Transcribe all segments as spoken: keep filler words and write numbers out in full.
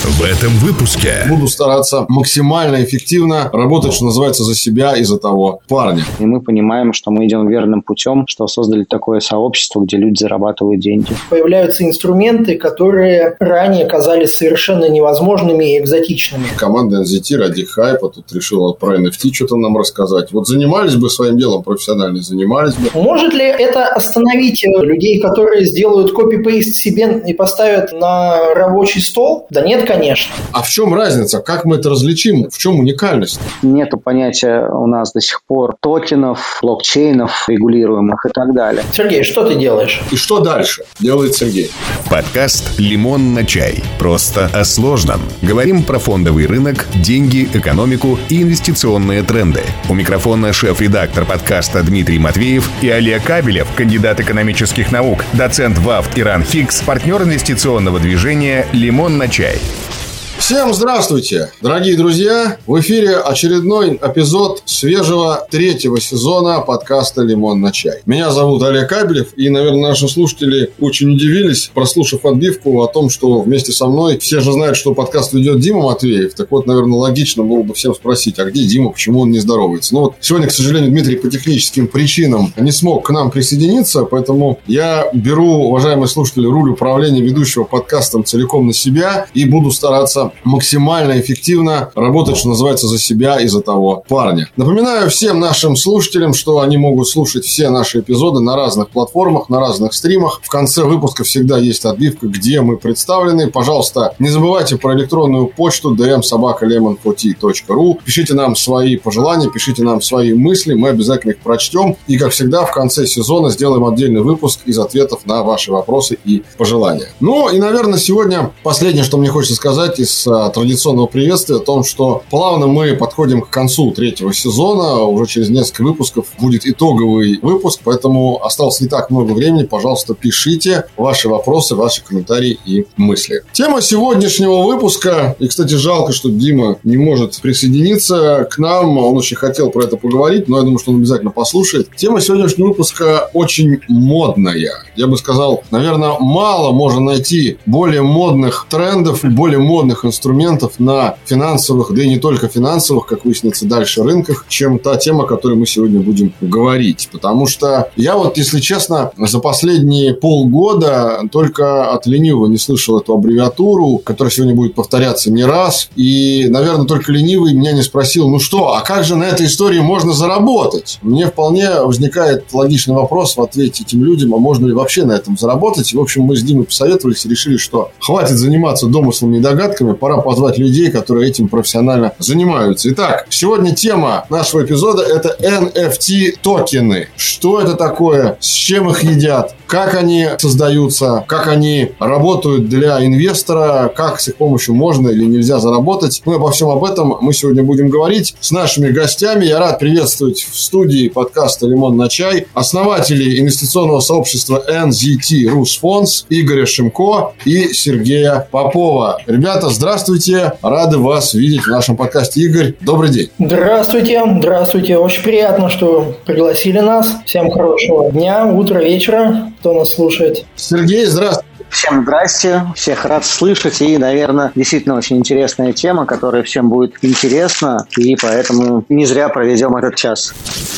В этом выпуске буду стараться максимально эффективно работать, что называется, за себя и за того парня. И мы понимаем, что мы идем верным путем, что создали такое сообщество, где люди зарабатывают деньги. Появляются инструменты, которые ранее казались совершенно невозможными и экзотичными. Команда эн зет ти ради хайпа тут решила про эн эф ти что-то нам рассказать. Вот занимались бы своим делом профессионально, занимались бы. Может ли это остановить людей, которые сделают копи-пейст себе и поставят на рабочий стол? Да нет, конечно. А в чем разница? Как мы это различим? В чем уникальность? Нету понятия у нас до сих пор токенов, блокчейнов регулируемых и так далее. Сергей, что ты делаешь? И что дальше делает Сергей? Подкаст «Лимон на чай». Просто о сложном. Говорим про фондовый рынок, деньги, экономику и инвестиционные тренды. У микрофона шеф-редактор подкаста Дмитрий Матвеев и Олег Кабелев, кандидат экономических наук, доцент ВАФТ Иран Хикс, партнер инвестиционного движения «Лимон на чай». Всем здравствуйте, дорогие друзья! В эфире очередной эпизод свежего третьего сезона подкаста «Лимон на чай». Меня зовут Олег Кабелев, и, наверное, наши слушатели очень удивились, прослушав отбивку о том, что вместе со мной все же знают, что подкаст ведет Дима Матвеев. Так вот, наверное, логично было бы всем спросить, а где Дима, почему он не здоровается? Ну вот, сегодня, к сожалению, Дмитрий по техническим причинам не смог к нам присоединиться, поэтому я беру, уважаемые слушатели, руль управления ведущего подкастом целиком на себя и буду стараться максимально эффективно работать, что называется, за себя и за того парня. Напоминаю всем нашим слушателям, что они могут слушать все наши эпизоды на разных платформах, на разных стримах. В конце выпуска всегда есть отбивка, где мы представлены. Пожалуйста, не забывайте про электронную почту ди эм собака лемон фор ти точка ру. Пишите нам свои пожелания, пишите нам свои мысли, мы обязательно их прочтем. И, как всегда, в конце сезона сделаем отдельный выпуск из ответов на ваши вопросы и пожелания. Ну и, наверное, сегодня последнее, что мне хочется сказать из традиционного приветствия о том, что плавно мы подходим к концу третьего сезона. Уже через несколько выпусков будет итоговый выпуск, поэтому осталось не так много времени. Пожалуйста, пишите ваши вопросы, ваши комментарии и мысли. Тема сегодняшнего выпуска, и, кстати, жалко, что Дима не может присоединиться к нам, он очень хотел про это поговорить, но я думаю, что он обязательно послушает. Тема сегодняшнего выпуска очень модная. Я бы сказал, наверное, мало можно найти более модных трендов и более модных инструментов на финансовых, да и не только финансовых, как выяснится дальше, рынках, чем та тема, о которой мы сегодня будем говорить. Потому что я вот, если честно, за последние полгода только от ленивого не слышал эту аббревиатуру, которая сегодня будет повторяться не раз. И, наверное, только ленивый меня не спросил, ну что, а как же на этой истории можно заработать? Мне вполне возникает логичный вопрос в ответе этим людям, а можно ли вообще на этом заработать? И, в общем, мы с Димой посоветовались и решили, что хватит заниматься домыслами и догадками, пора позвать людей, которые этим профессионально занимаются. Итак, сегодня тема нашего эпизода – это эн эф ти токены. Что это такое? С чем их едят? Как они создаются? Как они работают для инвестора? Как с их помощью можно или нельзя заработать? Мы обо всем об этом мы сегодня будем говорить с нашими гостями. Я рад приветствовать в студии подкаста «Лимон на чай» основателей инвестиционного сообщества эн зет ти Rusfunds Игоря Шимко и Сергея Попова. Ребята, здравствуйте. Рады вас видеть в нашем подкасте. Игорь, добрый день. Здравствуйте. Здравствуйте. Очень приятно, что пригласили нас. Всем хорошего дня, утра, вечера, кто нас слушает. Сергей, здравствуйте. Всем здрасте, всех рад слышать, и, наверное, действительно очень интересная тема, которая всем будет интересна, и поэтому не зря проведем этот час.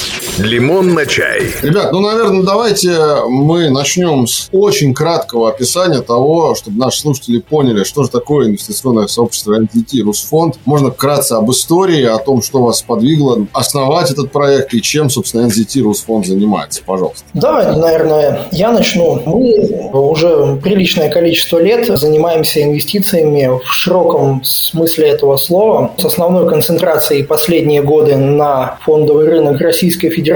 «Лимон на чай». Ребят, ну, наверное, давайте мы начнем с очень краткого описания того, чтобы наши слушатели поняли, что же такое инвестиционное сообщество эн зет ти Rusfund. Можно вкратце об истории, о том, что вас подвигло основать этот проект и чем, собственно, эн зет ти Rusfund занимается. Пожалуйста. Давай, наверное, я начну. Мы уже приличное количество лет занимаемся инвестициями в широком смысле этого слова, с основной концентрацией последние годы на фондовый рынок Российской Федерации.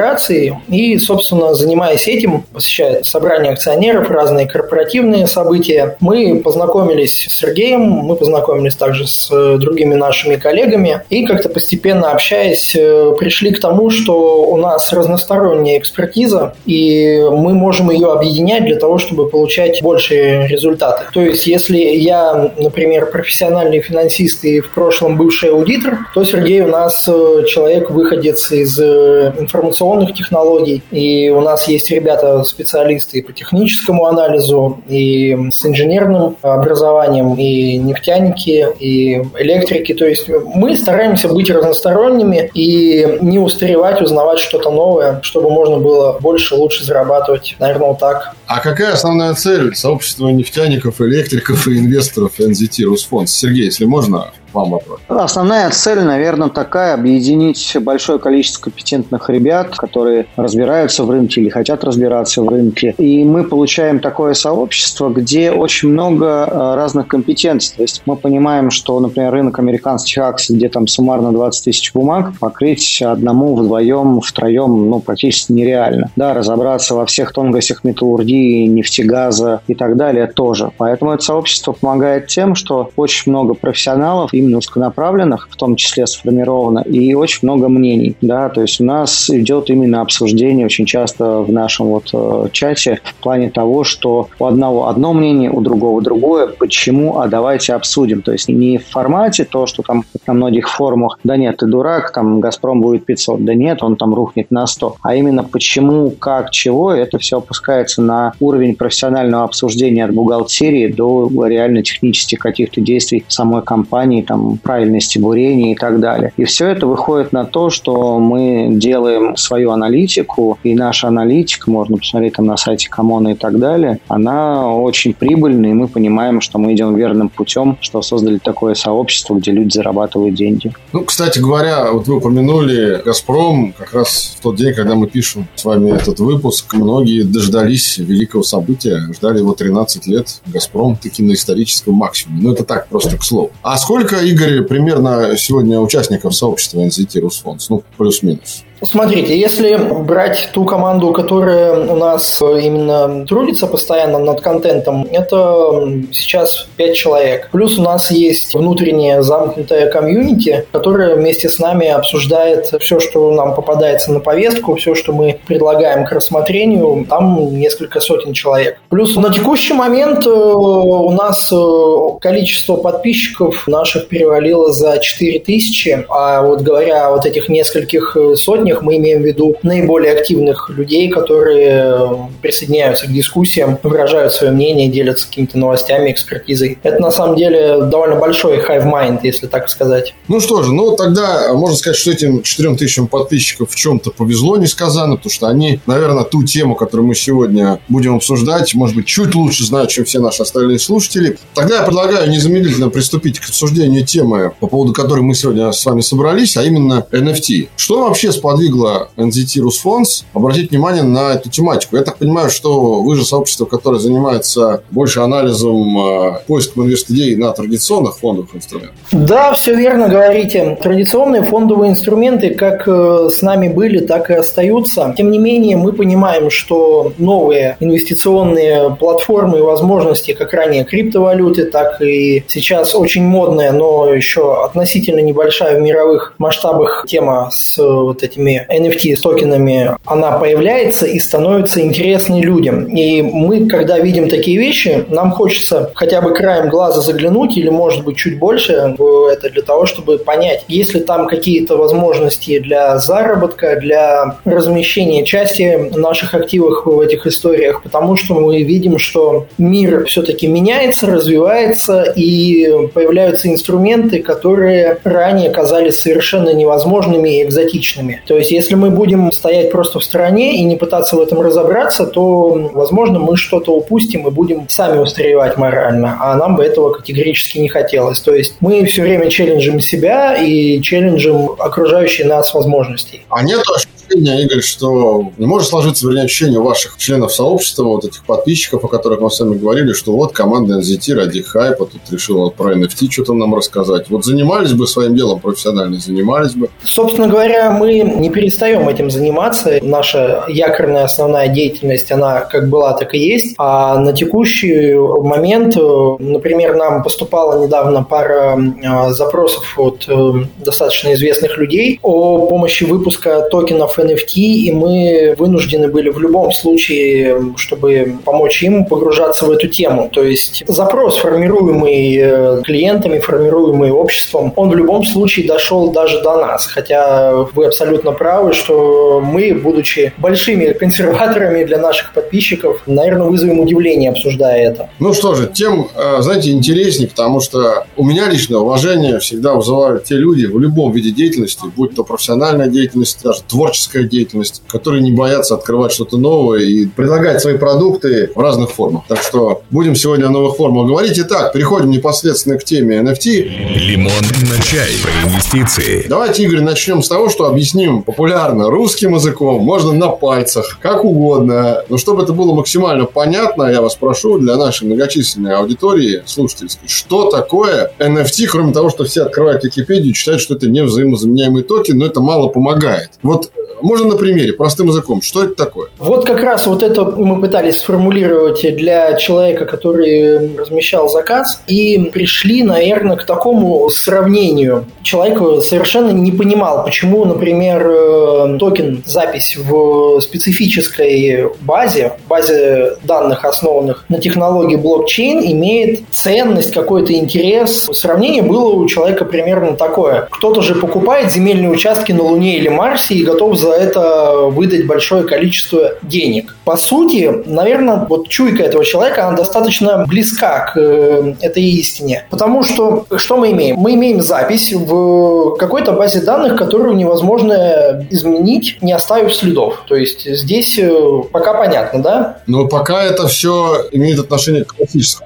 И, собственно, занимаясь этим, посещая собрания акционеров, разные корпоративные события, мы познакомились с Сергеем, мы познакомились также с другими нашими коллегами и как-то постепенно общаясь, пришли к тому, что у нас разносторонняя экспертиза, и мы можем ее объединять для того, чтобы получать большие результаты. То есть, если я, например, профессиональный финансист и в прошлом бывший аудитор, то Сергей у нас человек-выходец из информационного информационных технологий. И у нас есть ребята-специалисты и по техническому анализу, и с инженерным образованием, и нефтяники, и электрики. То есть мы стараемся быть разносторонними и не устаревать, узнавать что-то новое, чтобы можно было больше, лучше зарабатывать. Наверное, вот так. А какая основная цель сообщества нефтяников, электриков и инвесторов эн зет ти Rusfunds? Сергей, если можно, вам вопрос. Основная цель, наверное, такая: объединить большое количество компетентных ребят, которые разбираются в рынке или хотят разбираться в рынке. И мы получаем такое сообщество, где очень много разных компетенций. То есть мы понимаем, что, например, рынок американских акций, где там суммарно двадцать тысяч бумаг, покрыть одному, вдвоем, втроем, ну, практически нереально. Да, разобраться во всех тонкостях металлургии, нефтегаза и так далее тоже. Поэтому это сообщество помогает тем, что очень много профессионалов, именно узконаправленных, в том числе сформировано, и очень много мнений. Да, то есть у нас идет именно обсуждение очень часто в нашем вот э, чате в плане того, что у одного одно мнение, у другого другое. Почему? А давайте обсудим. То есть не в формате то, что там на многих форумах: да нет, ты дурак, там Газпром будет пятьсот, да нет, он там рухнет на сто. А именно почему, как, чего, это все опускается на уровень профессионального обсуждения от бухгалтерии до реально технических каких-то действий самой компании, там, правильности бурения и так далее. И все это выходит на то, что мы делаем свою аналитику, и наша аналитика, можно посмотреть там на сайте Коммона и так далее, она очень прибыльная, и мы понимаем, что мы идем верным путем, что создали такое сообщество, где люди зарабатывают деньги. Ну, кстати говоря, вот вы упомянули «Газпром». Как раз в тот день, когда мы пишем с вами этот выпуск, многие дождались великого события, ждали его тринадцать лет. «Газпром» таки на историческом максимуме. Ну, это так, просто к слову. А сколько, Игорь, примерно сегодня участников сообщества эн зет ти Rusfunds? Ну, плюс-минус. Смотрите, если брать ту команду, которая у нас именно трудится постоянно над контентом, это сейчас пять человек. Плюс у нас есть внутренняя замкнутая комьюнити, которая вместе с нами обсуждает все, что нам попадается на повестку, все, что мы предлагаем к рассмотрению. Там несколько сотен человек. Плюс на текущий момент у нас количество подписчиков наших перевалило за четыре тысячи. А вот говоря о вот этих нескольких сотнях, мы имеем в виду наиболее активных людей, которые присоединяются к дискуссиям, выражают свое мнение, делятся какими-то новостями, экспертизой. Это на самом деле довольно большой hive mind, если так сказать. Ну что же, ну тогда можно сказать, что этим четырем тысячам подписчиков в чем-то повезло несказанно, потому что они, наверное, ту тему, которую мы сегодня будем обсуждать, может быть, чуть лучше знают, чем все наши остальные слушатели. Тогда я предлагаю незамедлительно приступить к обсуждению темы, по поводу которой мы сегодня с вами собрались, а именно эн эф ти. Что вообще сподвигло эн зет ти Rusfunds обратить внимание на эту тематику? Я так понимаю, что вы же сообщество, которое занимается больше анализом, э, поиском инвест-идей на традиционных фондовых инструментах. Да, все верно говорите. Традиционные фондовые инструменты как с нами были, так и остаются. Тем не менее, мы понимаем, что новые инвестиционные платформы и возможности, как ранее криптовалюты, так и сейчас очень модная, но еще относительно небольшая в мировых масштабах тема с вот этими эн эф ти, с токенами, она появляется и становится интересной людям. И мы, когда видим такие вещи, нам хочется хотя бы краем глаза заглянуть или, может быть, чуть больше в это для того, чтобы понять, есть ли там какие-то возможности для заработка, для размещения части наших активов в этих историях, потому что мы видим, что мир все-таки меняется, развивается, и появляются инструменты, которые ранее казались совершенно невозможными и экзотичными. То есть, если мы будем стоять просто в стороне и не пытаться в этом разобраться, то, возможно, мы что-то упустим и будем сами устаревать морально, а нам бы этого категорически не хотелось. То есть, мы все время челленджим себя и челленджим окружающие нас возможностей. А нет ощущения, Игорь, что не может сложиться, вернее, ощущение у ваших членов сообщества, вот этих подписчиков, о которых мы с вами говорили, что вот команда эн зет ти ради хайпа тут решила про эн эф ти что-то нам рассказать. Вот занимались бы своим делом профессионально, занимались бы. Собственно говоря, мы не перестаем этим заниматься. Наша якорная основная деятельность, она как была, так и есть. А на текущий момент, например, нам поступала недавно пара запросов от достаточно известных людей о помощи выпуска токенов эн эф ти, и мы вынуждены были в любом случае, чтобы помочь им погружаться в эту тему. То есть запрос, формируемый клиентами, формируемый обществом, он в любом случае дошел даже до нас. Хотя вы абсолютно правы, что мы, будучи большими консерваторами для наших подписчиков, наверное, вызовем удивление, обсуждая это. Ну что же, тем, знаете, интереснее, потому что у меня лично уважение всегда вызывают те люди в любом виде деятельности, будь то профессиональная деятельность, даже творческая деятельность, которые не боятся открывать что-то новое и предлагать свои продукты в разных формах. Так что будем сегодня о новых формах говорить. Итак, переходим непосредственно к теме эн эф ти. Лимон на чай. Про инвестиции. Давайте, Игорь, начнем с того, что объясним популярно русским языком, можно на пальцах, как угодно. Но чтобы это было максимально понятно, я вас прошу, для нашей многочисленной аудитории слушательской, что такое эн эф ти, кроме того, что все открывают Википедию и читают, что это не взаимозаменяемый токен, но это мало помогает. Вот можно на примере, простым языком, что это такое? Вот как раз вот это мы пытались сформулировать для человека, который размещал заказ, и пришли, наверное, к такому сравнению. Человек совершенно не понимал, почему, например, токен, запись в специфической базе, базе данных, основанных на технологии блокчейн, имеет ценность, какой-то интерес. Сравнение было у человека примерно такое. Кто-то же покупает земельные участки на Луне или Марсе и готов за это выдать большое количество денег. По сути, наверное, вот чуйка этого человека, она достаточно близка к э, этой истине. Потому что, что мы имеем? Мы имеем запись в какой-то базе данных, которую невозможно изменить, не оставив следов. То есть здесь э, пока понятно, да? Но пока это все имеет отношение к классическому.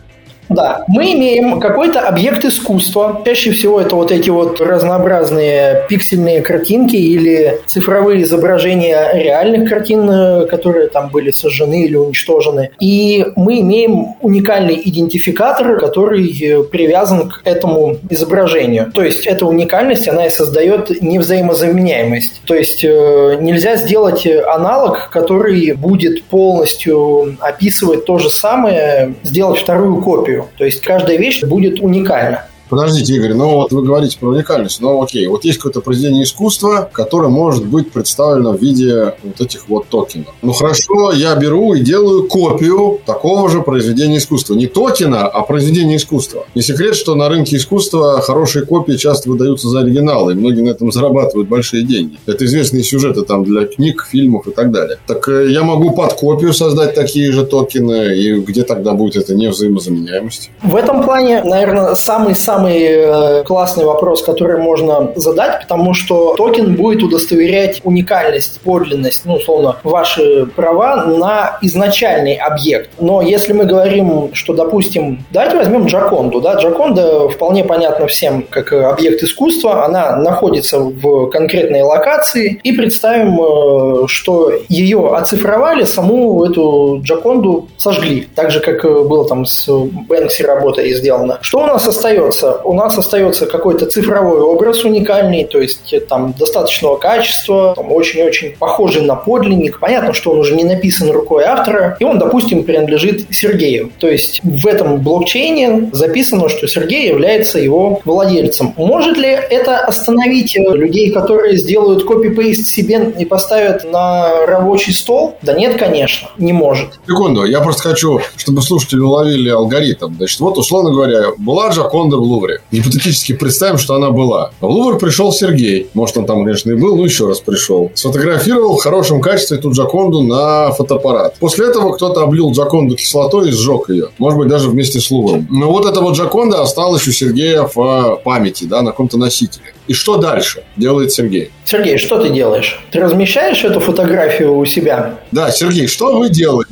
Да, мы имеем какой-то объект искусства. Чаще всего это вот эти вот разнообразные пиксельные картинки или цифровые изображения реальных картин, которые там были сожжены или уничтожены. И мы имеем уникальный идентификатор, который привязан к этому изображению. То есть эта уникальность, она и создает невзаимозаменяемость. То есть нельзя сделать аналог, который будет полностью описывать то же самое, сделать вторую копию. То есть каждая вещь будет уникальна. Подождите, Игорь, ну вот вы говорите про уникальность, ну окей, вот есть какое-то произведение искусства, которое может быть представлено в виде вот этих вот токенов. Ну хорошо, я беру и делаю копию такого же произведения искусства. Не токена, а произведения искусства. Не секрет, что на рынке искусства хорошие копии часто выдаются за оригиналы, и многие на этом зарабатывают большие деньги. Это известные сюжеты там для книг, фильмов и так далее. Так я могу под копию создать такие же токены, и где тогда будет эта невзаимозаменяемость? В этом плане, наверное, самый-самый Самый классный вопрос, который можно задать, потому что токен будет удостоверять уникальность, подлинность, ну, условно, ваши права на изначальный объект. Но если мы говорим, что, допустим, давайте возьмем Джоконду. Да? Джоконда вполне понятно всем как объект искусства, она находится в конкретной локации, и представим, что ее оцифровали, саму эту Джоконду сожгли, так же, как было там с Бэнкси работой сделано. Что у нас остается? У нас остается какой-то цифровой образ уникальный, то есть там достаточного качества, там, очень-очень похожий на подлинник. Понятно, что он уже не написан рукой автора, и он, допустим, принадлежит Сергею. То есть в этом блокчейне записано, что Сергей является его владельцем. Может ли это остановить людей, которые сделают копи-пейст себе и поставят на рабочий стол? Да нет, конечно, не может. Секунду, я просто хочу, чтобы слушатели уловили алгоритм. Значит, вот, условно говоря, была Джоконда в Лувре. Гипотетически представим, что она была. В Лувр пришел Сергей. Может, он там, конечно, и был, но еще раз пришел. Сфотографировал в хорошем качестве эту Джоконду на фотоаппарат. После этого кто-то облил Джоконду кислотой и сжег ее. Может быть, даже вместе с Лувром. Но вот эта вот Джоконда осталась у Сергея в памяти, да, на каком-то носителе. И что дальше делает Сергей? Сергей, что ты делаешь? Ты размещаешь эту фотографию у себя? Да, Сергей, что вы делаете?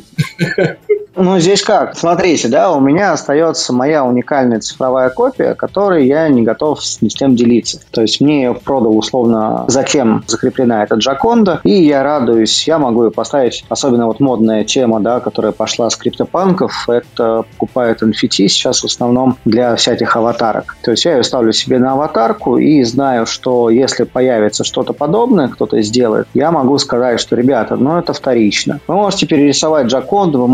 Ну, здесь как? Смотрите, да, у меня остается моя уникальная цифровая копия, которой я не готов ни с кем делиться. То есть мне ее продал условно, затем закреплена эта Джоконда, и я радуюсь, я могу ее поставить, особенно вот модная тема, да, которая пошла с криптопанков, это покупают эн эф ти сейчас в основном для всяких аватарок. То есть я ее ставлю себе на аватарку и знаю, что если появится что-то подобное, кто-то сделает, я могу сказать, что, ребята, ну это вторично. Вы можете перерисовать Джоконду, вы можете появиться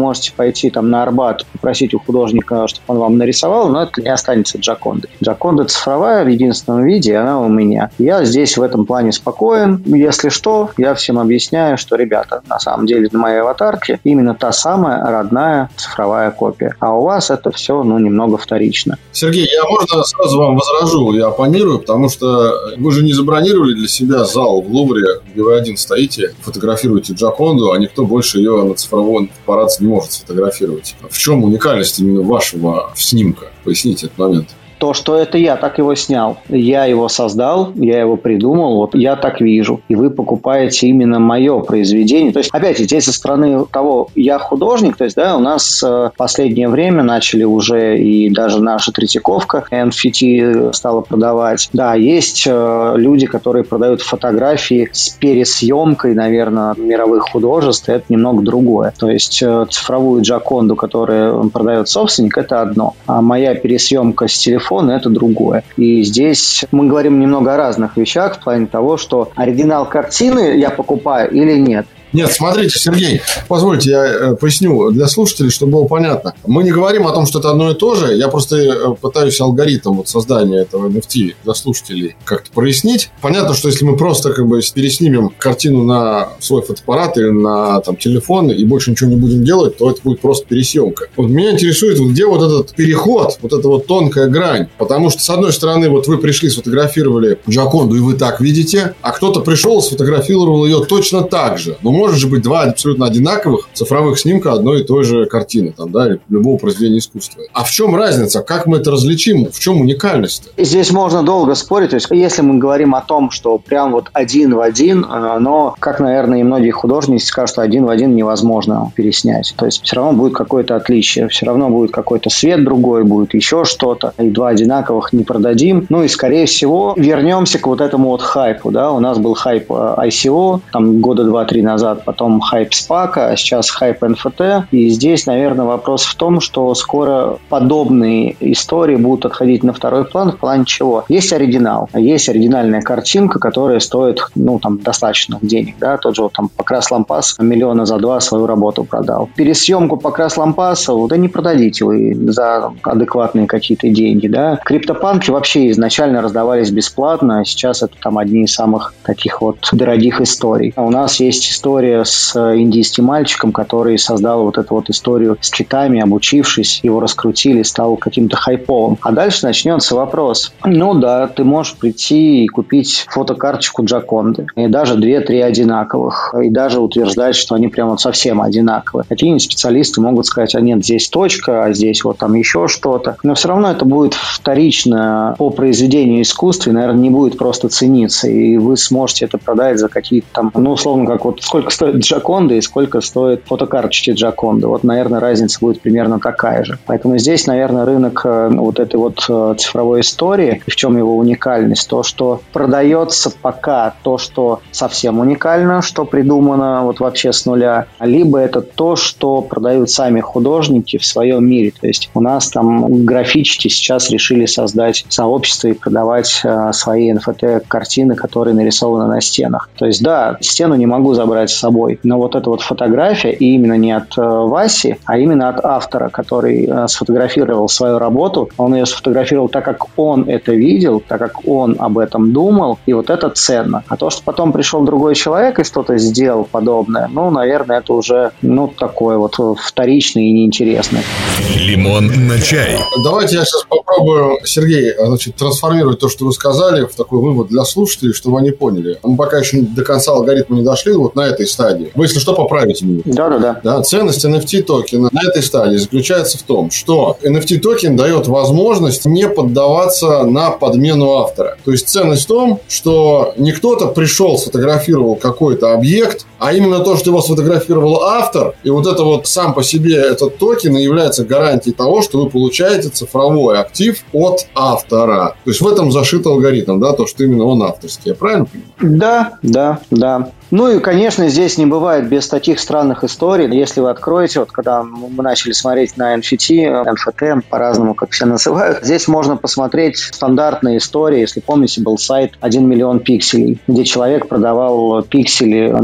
пойти там на Арбат, попросить у художника, чтобы он вам нарисовал, но это не останется Джокондой. Джоконда цифровая в единственном виде, она у меня. Я здесь в этом плане спокоен. Если что, я всем объясняю, что, ребята, на самом деле на моей аватарке именно та самая родная цифровая копия. А у вас это все, ну, немного вторично. Сергей, я, можно, сразу вам возражу, я оппонирую, потому что вы же не забронировали для себя зал в Лувре, где вы один стоите, фотографируете Джоконду, а никто больше ее на цифровом аппарате не может сфотографировать. В чем уникальность именно вашего снимка? Поясните этот момент. То, что это я так его снял. Я его создал, я его придумал, вот я так вижу. И вы покупаете именно мое произведение. То есть, опять, здесь со стороны того, я художник, то есть, да, у нас в последнее время начали уже и даже наша Третьяковка эн эф ти стала продавать. Да, есть люди, которые продают фотографии с пересъемкой, наверное, мировых художеств, это немного другое. То есть, цифровую Джоконду, которую продает собственник, это одно. А моя пересъемка с телефона это другое. И здесь мы говорим немного о разных вещах в плане того, что оригинал картины я покупаю или нет. Нет, смотрите, Сергей, позвольте, я поясню для слушателей, чтобы было понятно. Мы не говорим о том, что это одно и то же. Я просто пытаюсь алгоритм вот создания этого эн эф ти для слушателей как-то прояснить. Понятно, что если мы просто как бы переснимем картину на свой фотоаппарат или на там, телефон и больше ничего не будем делать, то это будет просто пересъемка. Вот меня интересует, вот где вот этот переход, вот эта вот тонкая грань. Потому что, с одной стороны, вот вы пришли, сфотографировали Джоконду, и вы так видите, а кто-то пришел, сфотографировал ее точно так же. Но может же быть два абсолютно одинаковых цифровых снимка одной и той же картины, там, да, или любого произведения искусства. А в чем разница? Как мы это различим? В чем уникальность? Здесь можно долго спорить. То есть, если мы говорим о том, что прям вот один в один, но, как, наверное, и многие художники скажут, что один в один невозможно переснять. То есть, все равно будет какое-то отличие. Все равно будет какой-то свет другой, будет еще что-то. И два одинаковых не продадим. Ну и, скорее всего, вернемся к вот этому вот хайпу. Да? У нас был хайп ай си о там года два-три назад, потом хайп спака, а сейчас хайп эн эф ти. И здесь, наверное, вопрос в том, что скоро подобные истории будут отходить на второй план. В плане чего? Есть оригинал. Есть оригинальная картинка, которая стоит, ну, там, достаточно денег. Да? Тот же вот, там Покрас Лампас миллиона за два свою работу продал. Пересъемку Покрас Лампаса, да не продадите вы за адекватные какие-то деньги. Да? Криптопанки вообще изначально раздавались бесплатно, а сейчас это там одни из самых таких вот дорогих историй. У нас есть история с индийским мальчиком, который создал вот эту вот историю с китами, обучившись, его раскрутили, стал каким-то хайповым. А дальше начнется вопрос. Ну да, ты можешь прийти и купить фотокарточку Джоконды. И даже две-три одинаковых. И даже утверждать, что они прям вот совсем одинаковые. Какие-нибудь специалисты могут сказать, а нет, здесь точка, а здесь вот там еще что-то. Но все равно это будет вторично по произведению искусства и, наверное, не будет просто цениться. И вы сможете это продать за какие-то там, ну, условно, как вот сколько стоит Джоконда и сколько стоит фотокарточки Джоконды. Вот, наверное, разница будет примерно такая же. Поэтому здесь, наверное, рынок вот этой вот цифровой истории, в чем его уникальность, то, что продается пока то, что совсем уникально, что придумано вот вообще с нуля, либо это то, что продают сами художники в своем мире. То есть у нас там графички сейчас решили создать сообщество и продавать а, свои эн эф ти-картины, которые нарисованы на стенах. То есть, да, стену не могу забрать с собой, но вот эта вот фотография, и именно не от э, Васи, а именно от автора, который э, сфотографировал свою работу, он ее сфотографировал так, как он это видел, так, как он об этом думал, и вот это ценно. А то, что потом пришел другой человек и что-то сделал подобное, ну, наверное, это уже, ну, такое вот вторичное и неинтересное. Лимон на чай. Давайте я сейчас попробую, Сергей, значит, трансформировать то, что вы сказали, в такой вывод для слушателей, чтобы они поняли. Мы пока еще до конца алгоритма не дошли, вот на этой стадии. Вы, если что, поправите меня. Да-да-да. Да, ценность эн эф ти-токена на этой стадии заключается в том, что эн эф ти-токен дает возможность не поддаваться на подмену автора. То есть ценность в том, что не кто-то пришел, сфотографировал какой-то объект, а именно то, что его сфотографировал автор, и вот это вот сам по себе этот токен является гарантией того, что вы получаете цифровой актив от автора. То есть в этом зашит алгоритм, да, то, что именно он авторский. Я правильно понимаю? Да, да, да. Ну и, конечно, здесь не бывает без таких странных историй. Если вы откроете, вот когда мы начали смотреть на эн эф ти, эн эф ти, по-разному, как все называют, здесь можно посмотреть стандартные истории. Если помните, был сайт один миллион пикселей, где человек продавал пиксели для рекламы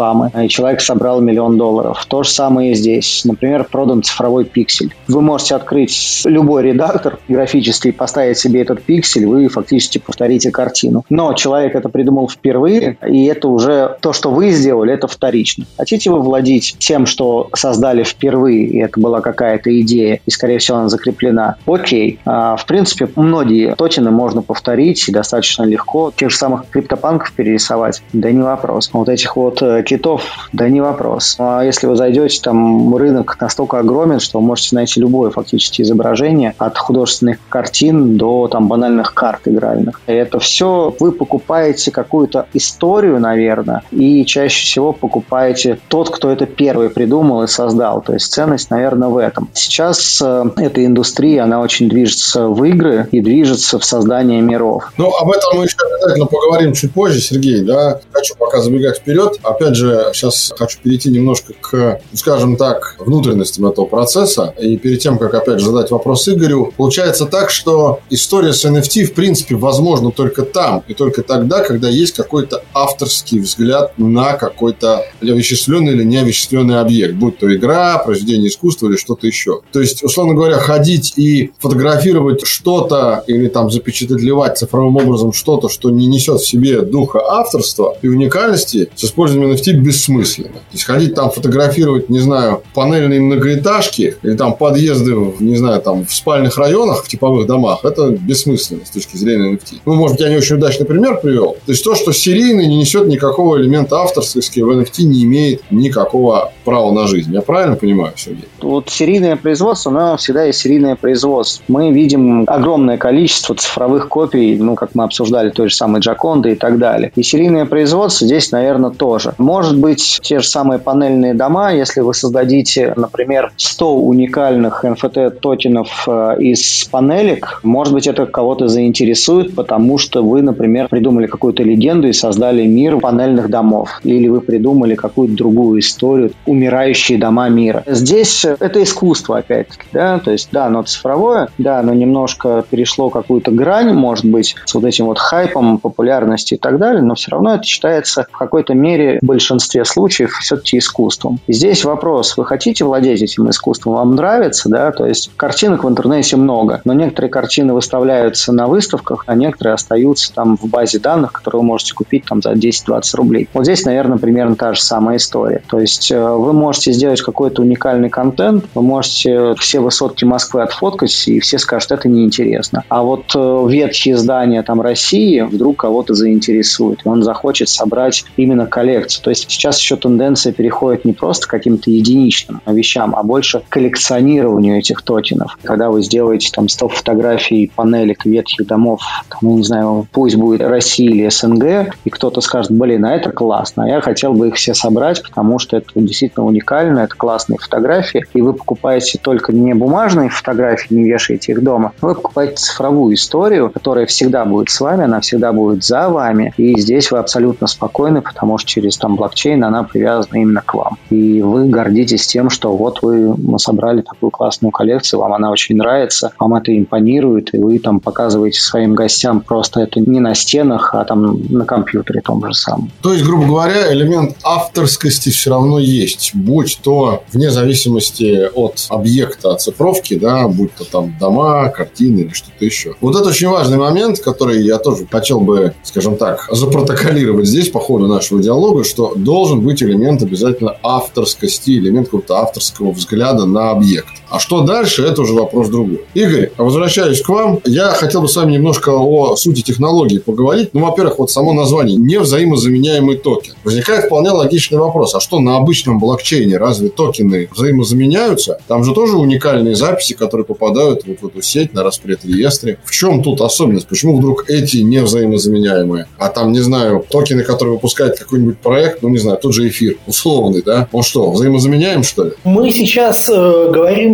рекламы, и человек собрал миллион долларов. То же самое и здесь. Например, продан цифровой пиксель. Вы можете открыть любой редактор графический, поставить себе этот пиксель, вы фактически повторите картину. Но человек это придумал впервые, и это уже то, что вы сделали, это вторично. Хотите вы владеть тем, что создали впервые, и это была какая-то идея, и, скорее всего, она закреплена? Окей. А, в принципе, многие токены можно повторить и достаточно легко. Тех же самых криптопанков перерисовать, да не вопрос. Вот этих вот китов, да не вопрос. А если вы зайдете, там рынок настолько огромен, что вы можете найти любое фактически изображение, от художественных картин до там банальных карт игральных. И это все вы покупаете какую-то историю, наверное, и чаще всего покупаете тот, кто это первый придумал и создал. То есть ценность, наверное, в этом. Сейчас э, эта индустрия, она очень движется в игры и движется в создание миров. Ну, об этом мы еще обязательно поговорим чуть позже, Сергей, да. Хочу пока забегать вперед. Опять же, сейчас хочу перейти немножко к, скажем так, внутренностям этого процесса. И перед тем, как, опять же, задать вопрос Игорю, получается так, что история с эн эф ти, в принципе, возможна только там и только тогда, когда есть какой-то авторский взгляд на какой-то овеществленный или неовеществленный объект, будь то игра, произведение искусства или что-то еще. То есть, условно говоря, ходить и фотографировать что-то или там запечатлевать цифровым образом что-то, что не несет в себе духа авторства и уникальности, с использованием эн эф ти бессмысленно. То есть, ходить там фотографировать, не знаю, панельные многоэтажки или там подъезды, в, не знаю, там в спальных районах, в типовых домах, это бессмысленно с точки зрения эн эф ти. Ну, может быть, я не очень удачный пример привел. То есть, то, что серийный не несет никакого элемента авторского, в эн эф ти не имеет никакого права на жизнь. Я правильно понимаю, Сергей? Вот серийное производство, но всегда есть серийное производство. Мы видим огромное количество цифровых копий, ну, как мы обсуждали, той же самой Джоконды и так далее. И серийное производство здесь, наверное, тоже. Может быть, те же самые панельные дома, если вы создадите, например, сто уникальных эн эф ти-токенов из панелек, может быть, это кого-то заинтересует, потому что вы, например, придумали какую-то легенду и создали мир панельных домов. Или вы придумали какую-то другую историю, умирающие дома мира. Здесь это искусство, опять-таки, да, то есть, да, оно цифровое, да, оно немножко перешло какую-то грань, может быть, с вот этим вот хайпом, популярностью и так далее, но все равно это считается в какой-то мере в большинстве случаев все-таки искусством. И здесь вопрос, вы хотите владеть этим искусством, вам нравится, да, то есть картинок в интернете много, но некоторые картины выставляются на выставках, а некоторые остаются там в базе данных, которые вы можете купить там за десять-двадцать рублей. Вот здесь, наверное, примерно та же самая история. То есть вы можете сделать какой-то уникальный контент, вы можете все высотки Москвы отфоткать, и все скажут, это неинтересно. А вот ветхие здания там России вдруг кого-то заинтересует, и он захочет собрать именно коллекцию. То есть сейчас еще тенденция переходит не просто к каким-то единичным вещам, а больше к коллекционированию этих токенов. Когда вы сделаете там сто фотографий панелек ветхих домов, там, ну, не знаю, пусть будет Россия или эс эн гэ, и кто-то скажет, блин, а это классно, а я хотел бы их все собрать, потому что это действительно уникально, это классные фотографии, и вы покупаете только не бумажные фотографии, не вешаете их дома, вы покупаете цифровую историю, которая всегда будет с вами, она всегда будет за вами, и здесь вы абсолютно спокойны, потому что через там блокчейн она привязана именно к вам. И вы гордитесь тем, что вот вы собрали такую классную коллекцию, вам она очень нравится, вам это импонирует, и вы там показываете своим гостям просто это не на стенах, а там на компьютере том же самом. То есть, грубо говоря, элемент авторскости все равно есть, будь то вне зависимости от объекта оцифровки, да, будь то там дома, картины или что-то еще. Вот это очень важный момент, который я тоже хотел бы, скажем так, запротоколировать здесь по ходу нашего диалога, что должен быть элемент обязательно авторскости, элемент какого-то авторского взгляда на объект. А что дальше, это уже вопрос другой. Игорь, возвращаюсь к вам. Я хотел бы с вами немножко о сути технологии поговорить. Ну, во-первых, вот само название «невзаимозаменяемый токен». Возникает вполне логичный вопрос. А что, на обычном блокчейне разве токены взаимозаменяются? Там же тоже уникальные записи, которые попадают вот в эту сеть на распредреестре. В чем тут особенность? Почему вдруг эти невзаимозаменяемые? А там, не знаю, токены, которые выпускает какой-нибудь проект, ну, не знаю, тот же эфир, условный, да? Он что, взаимозаменяем, что ли? Мы сейчас э, говорим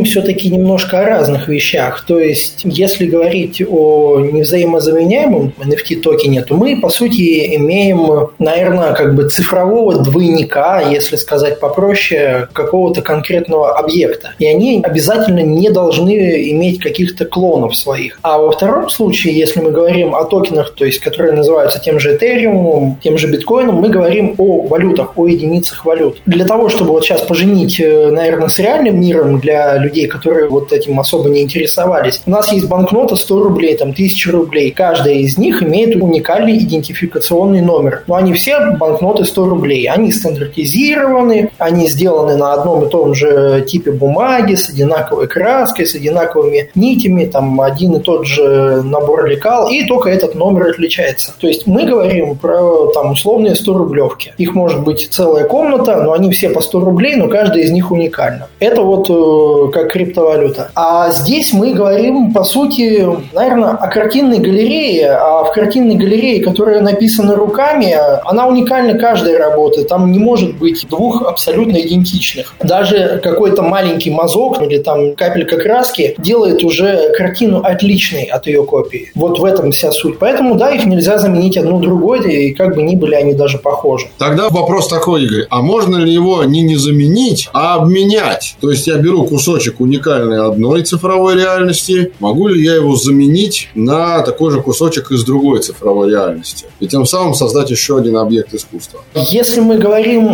все-таки немножко о разных вещах. То есть, если говорить о невзаимозаменяемом эн эф ти-токене, то мы, по сути, имеем, наверное, как бы цифрового двойника, если сказать попроще, какого-то конкретного объекта. И они обязательно не должны иметь каких-то клонов своих. А во втором случае, если мы говорим о токенах, то есть, которые называются тем же Ethereum, тем же биткоином, мы говорим о валютах, о единицах валют. Для того, чтобы вот сейчас поженить, наверное, с реальным миром для людей, которые вот этим особо не интересовались, у нас есть банкнота сто рублей, там, тысяча рублей. Каждая из них имеет уникальный идентификационный номер. Но они все банкноты сто рублей. Они стандартизированы, они сделаны на одном и том же типе бумаги, с одинаковой краской, с одинаковыми нитями, там, один и тот же набор лекал, и только этот номер отличается. То есть мы говорим про, там, условные сто рублевки. Их может быть целая комната, но они все по сто рублей, но каждая из них уникальна. Это вот э, как криптовалюта. А здесь мы говорим, по сути, наверное, о картинной галерее, а в картинной галерее, которая написана руками, она уникальна каждой работы. Там не может быть двух абсолютно идентичных. Даже какой-то маленький мазок или там капелька краски делает уже картину отличной от ее копии. Вот в этом вся суть. Поэтому, да, их нельзя заменить одну другой, и как бы ни были они даже похожи. Тогда вопрос такой, Игорь, а можно ли его не не заменить, а обменять? То есть я беру кусочек уникальной одной цифровой реальности, могу ли я его заменить на такой же кусочек из другой цифровой реальности? И тем самым создать еще один объект искусства. Если мы говорим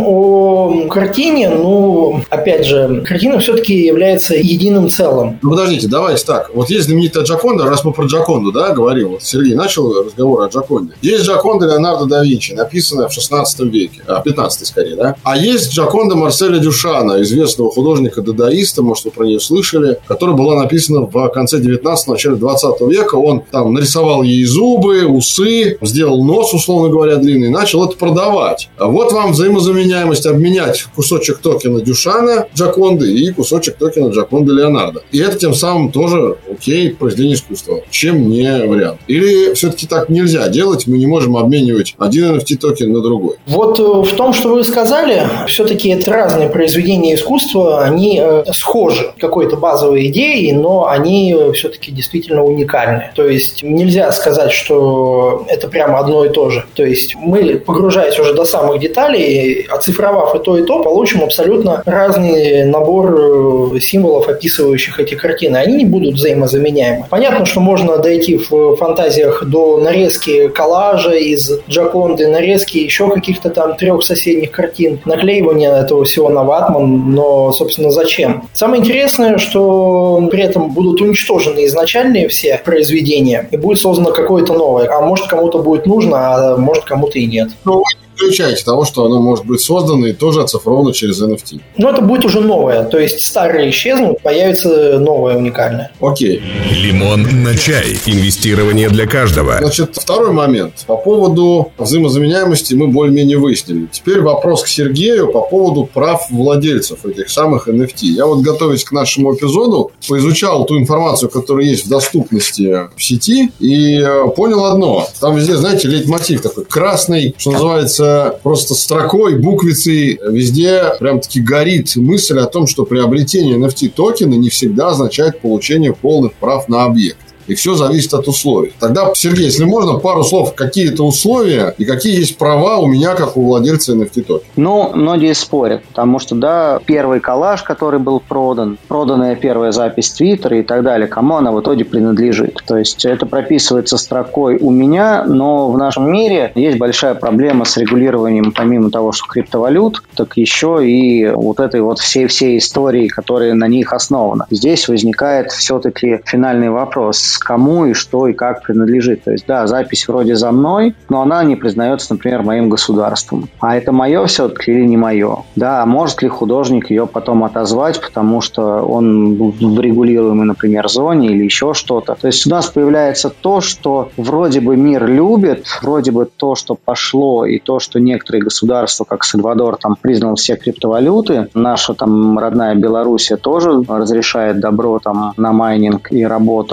о картине, ну, опять же, картина все-таки является единым целым. Ну, подождите, давайте так. Вот есть знаменитая Джоконда, раз мы про Джоконду, да, говорим, вот Сергей начал разговор о Джоконде. Есть Джоконда Леонардо да Винчи, написанная в шестнадцатом веке, а пятнадцатом скорее, да? А есть Джоконда Марселя Дюшана, известного художника-дадаиста, может, вы про нее слышали, которая была написана в конце девятнадцатого, начале двадцатого века. Он там нарисовал ей зубы, усы, сделал нос, условно говоря, длинный, и начал это продавать. А вот вам взаимозаменяемость, обменять кусочек токена Дюшана Джоконды и кусочек токена Джоконды Леонардо. И это тем самым тоже, окей, произведение искусства. Чем не вариант? Или все-таки так нельзя делать, мы не можем обменивать один эн эф ти-токен на другой? Вот в том, что вы сказали, все-таки это разные произведения искусства, они э, схожи какой-то базовой идеей, но они все-таки действительно уникальны. То есть нельзя сказать, что это прямо одно и то же. То есть мы, погружаясь уже до самых деталей, оцифровав и то, и то, получим абсолютно разный набор символов, описывающих эти картины. Они не будут взаимозаменяемы. Понятно, что можно дойти в фантазиях до нарезки коллажа из Джоконды, нарезки еще каких-то там трех соседних картин, наклеивания этого всего на ватман, но, собственно, зачем? Самое интересное, что при этом будут уничтожены изначальные все произведения, и будет создано какое-то новое. А может, кому-то будет нужно, а может, кому-то и нет. Ну, исключаете того, что оно может быть создано и тоже оцифровано через эн эф ти. Но это будет уже новое. То есть старые исчезнут, появится новое уникальное. Окей. Лимон на чай. Инвестирование для каждого. Значит, второй момент. По поводу взаимозаменяемости мы более-менее выяснили. Теперь вопрос к Сергею по поводу прав владельцев этих самых эн эф ти. Я вот, готовясь к нашему эпизоду, поизучал ту информацию, которая есть в доступности в сети, и понял одно. Там везде, знаете, лейтмотив такой красный, что называется, просто строкой, буквицей, везде прям-таки горит мысль о том, что приобретение эн эф ти-токена не всегда означает получение полных прав на объект. И все зависит от условий. Тогда, Сергей, если можно, пару слов, какие это условия и какие есть права у меня, как у владельца эн эф ти-токена. Ну, многие спорят, потому что, да, первый коллаж, который был продан, проданная первая запись в Твиттере и так далее, кому она в итоге принадлежит. То есть это прописывается строкой «у меня», но в нашем мире есть большая проблема с регулированием, помимо того, что криптовалют, так еще и вот этой вот всей-всей истории, которая на них основана. Здесь возникает все-таки финальный вопрос: кому и что и как принадлежит. То есть, да, запись вроде за мной, но она не признается, например, моим государством. А это мое все-таки или не мое? Да, а может ли художник ее потом отозвать, потому что он в регулируемой, например, зоне или еще что-то. То есть у нас появляется то, что вроде бы мир любит, вроде бы то, что пошло, и то, что некоторые государства, как Сальвадор, там признал все криптовалюты. Наша там родная Белоруссия тоже разрешает добро там на майнинг и работу, а многие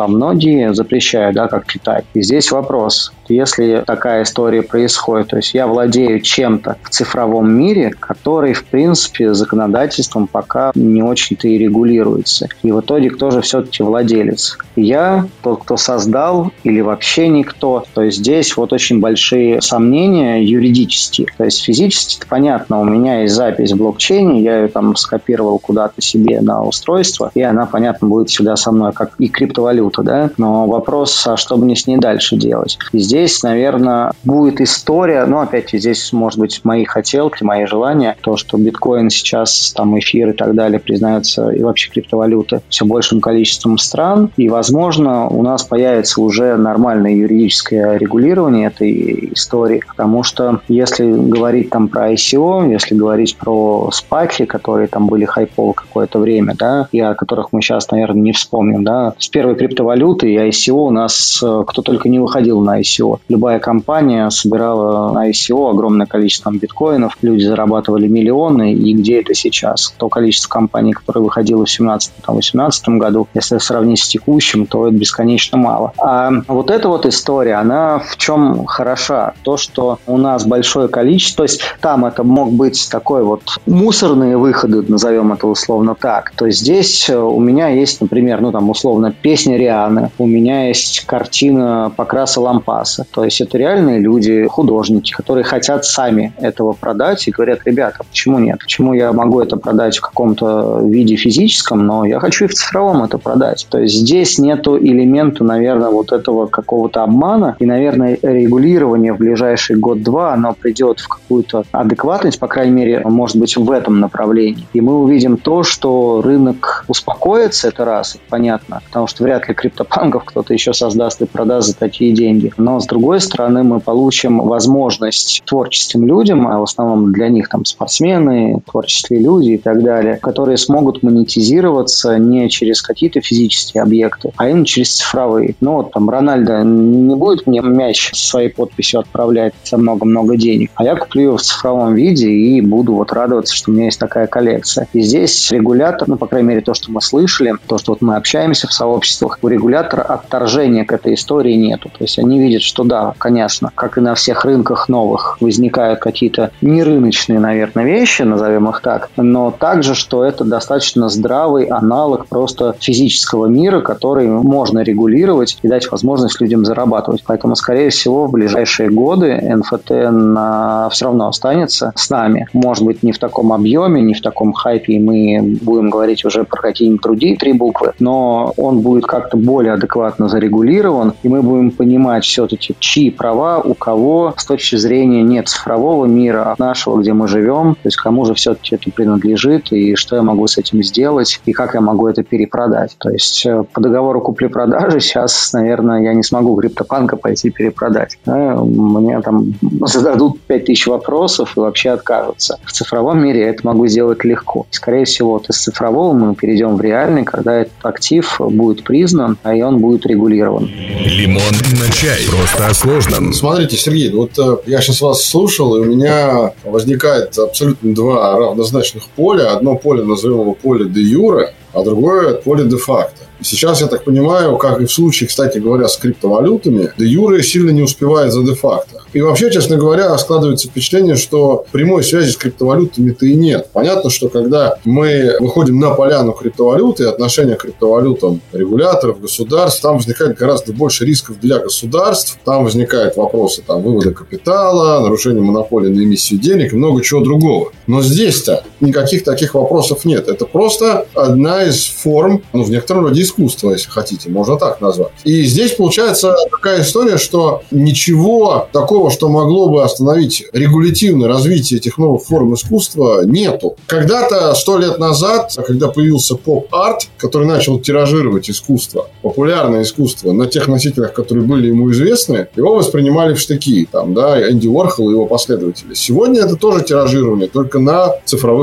многие запрещают, да, как Китай. И здесь вопрос, если такая история происходит, то есть я владею чем-то в цифровом мире, который, в принципе, законодательством пока не очень-то и регулируется. И в итоге кто же все-таки владелец? Я, тот, кто создал, или вообще никто? То есть здесь вот очень большие сомнения юридические. То есть физически, понятно, у меня есть запись в блокчейне, я ее там скопировал куда-то себе на устройство, и она, понятно, будет всегда со мной, как и криптовалюта, да? Но вопрос, а что мне с ней дальше делать? И здесь, наверное, будет история, ну, опять здесь, может быть, мои хотелки, мои желания, то, что биткоин сейчас, там, эфир и так далее признаются, и вообще криптовалюты все большим количеством стран, и, возможно, у нас появится уже нормальное юридическое регулирование этой истории, потому что, если говорить там про ай си о, если говорить про спаки, которые там были хайповы какое-то время, да, и о которых мы сейчас, наверное, не вспомним, да, с первой криптовалюты и ай си о у нас кто только не выходил на ай си о. Любая компания собирала на ай си о огромное количество биткоинов, люди зарабатывали миллионы, и где это сейчас? То количество компаний, которое выходило в семнадцатом-восемнадцатом году, если сравнить с текущим, то это бесконечно мало. А вот эта вот история, она в чем хороша? То, что у нас большое количество, то есть там это мог быть такой вот мусорные выходы, назовем это условно так. То есть здесь у меня есть, например, ну там условно песня Рианы, у меня есть картина Покраса Лампаса. То есть это реальные люди, художники, которые хотят сами этого продать и говорят: ребята, почему нет? Почему я могу это продать в каком-то виде физическом, но я хочу и в цифровом это продать? То есть здесь нету элемента, наверное, вот этого какого-то обмана, и, наверное, регулирование в ближайший год-два, оно придет в какую-то адекватность, по крайней мере, может быть, в этом направлении. И мы увидим то, что рынок успокоится, это раз, это понятно, потому что вряд ли криптопанков кто-то еще создаст и продаст за такие деньги. Но, с другой стороны, мы получим возможность творческим людям, а в основном для них там спортсмены, творческие люди и так далее, которые смогут монетизироваться не через какие-то физические объекты, а именно через цифровые. Ну, вот там Рональдо не будет мне мяч со своей подписью отправлять за много-много денег, а я куплю его в цифровом виде и буду вот радоваться, что у меня есть такая коллекция. И здесь регулятор, ну, по крайней мере, то, что мы слышали, то, что вот мы общаемся в сообществах, у регулятора отторжения к этой истории нету. То есть они видят, что да, конечно, как и на всех рынках новых, возникают какие-то нерыночные, наверное, вещи, назовем их так, но также, что это достаточно здравый аналог просто физического мира, который можно регулировать и дать возможность людям зарабатывать. Поэтому, скорее всего, в ближайшие годы эн эф ти на... все равно останется с нами. Может быть, не в таком объеме, не в таком хайпе, и мы будем говорить уже про какие-нибудь другие три буквы, но он будет как-то более адекватно зарегулирован, и мы будем понимать все-таки, чьи права у кого с точки зрения не цифрового мира, а нашего, где мы живем, то есть кому же все-таки это принадлежит, и что я могу с этим сделать, и как я могу это перепродать. То есть по договору купли-продажи сейчас, наверное, я не смогу криптопанка пойти перепродать. Мне там зададут пять тысяч вопросов и вообще откажутся. В цифровом мире я это могу сделать легко. Скорее всего, вот из цифрового мы перейдем в реальный, когда этот актив будет признан, а и он будет регулирован. Лимон на чай. Просто о сложном. Смотрите, Сергей, вот я сейчас вас слушал, и у меня возникает абсолютно два равнозначных поля. Одно поле, назовем его поле де юре, а другое поле де факто. И сейчас, я так понимаю, как и в случае, кстати говоря, с криптовалютами, де юре сильно не успевает за де факто. И вообще, честно говоря, складывается впечатление, что прямой связи с криптовалютами-то и нет. Понятно, что когда мы выходим на поляну криптовалюты, отношения к криптовалютам регуляторов, государств, там возникает гораздо больше рисков для государств. Там возникают вопросы там, вывода капитала, нарушения монополии на эмиссию денег и много чего другого. Но здесь-то никаких таких вопросов нет. Это просто одна из форм, ну, в некотором роде искусства, если хотите, можно так назвать. И здесь получается такая история, что ничего такого, что могло бы остановить регулятивное развитие этих новых форм искусства, нету. Когда-то, сто лет назад, когда появился поп-арт, который начал тиражировать искусство, популярное искусство на тех носителях, которые были ему известны, его воспринимали в штыки. Там, да, Энди Уорхол и его последователи. Сегодня это тоже тиражирование, только на цифровых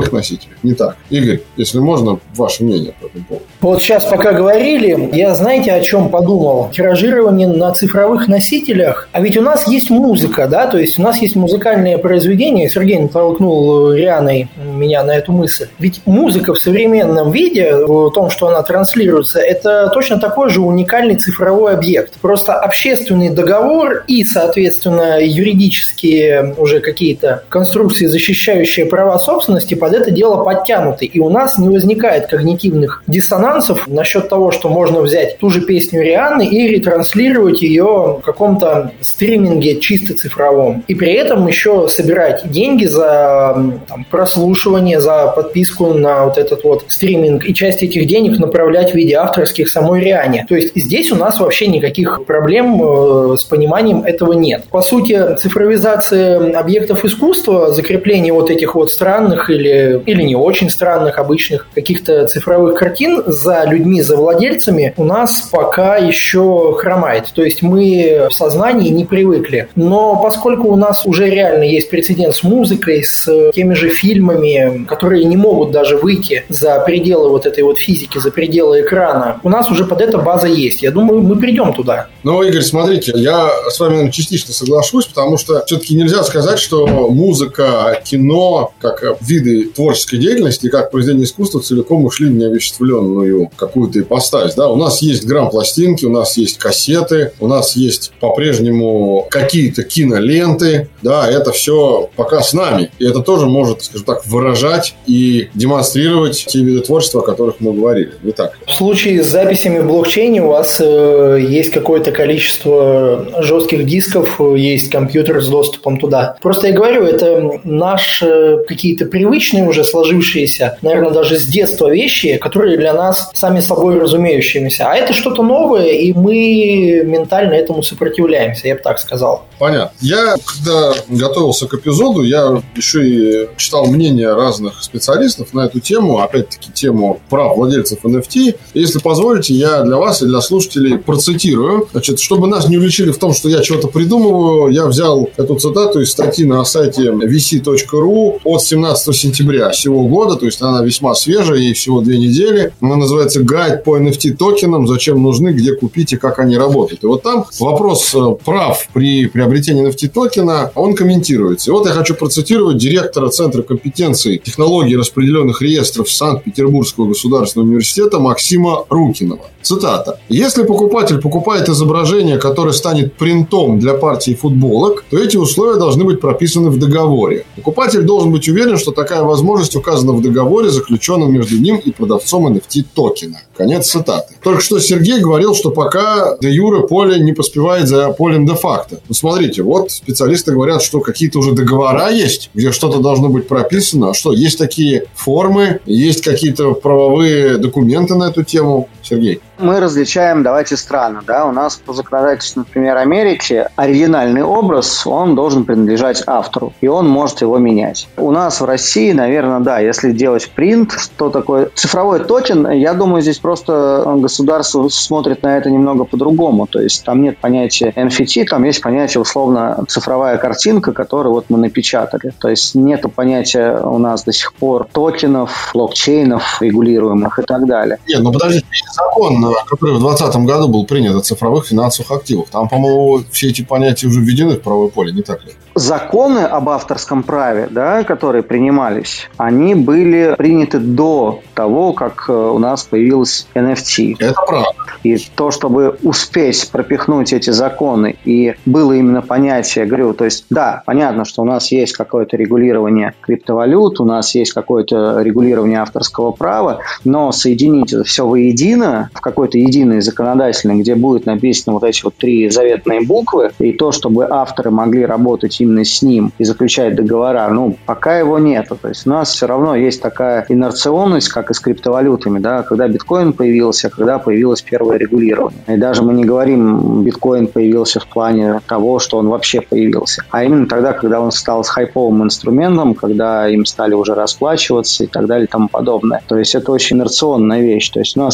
всех носителях. Не так. Игорь, если можно, ваше мнение по этому поводу. Вот сейчас пока говорили, я знаете, о чем подумал? Тиражирование на цифровых носителях. А ведь у нас есть музыка, да, то есть у нас есть музыкальные произведения. Сергей натолкнул Рианой меня на эту мысль. Ведь музыка в современном виде, в том, что она транслируется, это точно такой же уникальный цифровой объект. Просто общественный договор и, соответственно, юридические уже какие-то конструкции, защищающие права собственности, под это дело подтянуты. И у нас не возникает когнитивных диссонансов насчет того, что можно взять ту же песню Рианы и ретранслировать ее в каком-то стриминге чисто цифровом. И при этом еще собирать деньги за там, прослушивание, за подписку на вот этот вот стриминг, и часть этих денег направлять в виде авторских самой Риане. То есть здесь у нас вообще никаких проблем с пониманием этого нет. По сути, цифровизация объектов искусства, закрепление вот этих вот странных или, или не очень странных, обычных каких-то цифровых картин за людьми, за владельцами у нас пока еще хромает. То есть мы в сознании не привыкли. Но поскольку у нас уже реально есть прецедент с музыкой, с теми же фильмами, которые не могут даже выйти за пределы вот этой вот физики, за пределы экрана, у нас уже под это база есть. Я думаю, мы придем туда. Ну, Игорь, смотрите, я с вами, наверное, частично соглашусь, потому что все-таки нельзя сказать, что музыка, кино, как виды творческой деятельности, как произведение искусства целиком ушли в неовеществленную какую-то ипостась. Да? У нас есть грамм-пластинки, у нас есть кассеты, у нас есть по-прежнему какие-то киноленты. Да, это все пока с нами. И это тоже может, скажем так, выражать и демонстрировать те виды творчества, о которых мы говорили. Не так? В случае с записями в блокчейне у вас э, есть какое-то количество жестких дисков, есть компьютер с доступом туда. Просто я говорю, это наши какие-то привычные уже сложившиеся, наверное, даже с детства вещи, которые для нас сами собой разумеющимися. А это что-то новое, и мы ментально этому сопротивляемся, я бы так сказал. Понятно. Я, когда готовился к эпизоду, я еще и читал мнения разных специалистов на эту тему, опять-таки тему прав владельцев эн эф ти. Если позволите, я для вас и для слушателей процитирую. Значит, чтобы нас не увлечили в том, что я чего-то придумываю, я взял эту цитату из статьи на сайте ви си точка ру от семнадцатого сентября сего года, то есть она весьма свежая, ей всего две недели. Она называется «Гайд по эн эф ти токенам. Зачем нужны, где купить и как они работают». И вот там вопрос прав при приобретении эн эф ти токена, он комментируется. И вот я хочу процитировать директора Центра компетенций технологий распределенных реестров Санкт-Петербургского государственного университета Максима Рукинова. Цитата. «Если покупатель покупает изображение, которое станет принтом для партии футболок, то эти условия должны быть прописаны в договоре. Покупатель должен быть уверен, что такая возможность указана в договоре, заключенном между ним и продавцом эн эф ти токена». Конец цитаты. Только что Сергей говорил, что пока де юре поле не поспевает за полем де факто. Ну, смотрите, вот специалисты говорят, что какие-то уже договора есть, где что-то должно быть прописано. А что, есть такие формы, есть какие-то правовые документы на эту тему? Сергей. Мы различаем, давайте, страны. Да? У нас по законодательству, например, Америки, оригинальный образ, он должен принадлежать автору, и он может его менять. У нас в России, наверное, да, если делать принт, что такое цифровой токен, я думаю, здесь просто государство смотрит на это немного по-другому. То есть там нет понятия эн эф ти, там есть понятие, условно, цифровая картинка, которую вот мы напечатали. То есть нет понятия у нас до сих пор токенов, блокчейнов регулируемых и так далее. Нет, ну подождите, закон, который в двадцатом году был принят о цифровых финансовых активах. Там, по-моему, все эти понятия уже введены в правовое поле, не так ли? Законы об авторском праве, да, которые принимались, они были приняты до того, как у нас появилась эн эф ти. Это правда. И то, чтобы успеть пропихнуть эти законы, и было именно понятие, говорю, то есть, да, понятно, что у нас есть какое-то регулирование криптовалют, у нас есть какое-то регулирование авторского права, но соединить это все воедино в какой-то единый законодательный, где будет написано вот эти вот три заветные буквы, и то, чтобы авторы могли работать именно с ним и заключать договора, ну, пока его нету. То есть у нас все равно есть такая инерционность, как и с криптовалютами, да, когда биткоин появился, когда появилось первое регулирование. И даже мы не говорим, биткоин появился в плане того, что он вообще появился, а именно тогда, когда он стал с хайповым инструментом, когда им стали уже расплачиваться и так далее и тому подобное. То есть это очень инерционная вещь. То есть у нас есть отдельный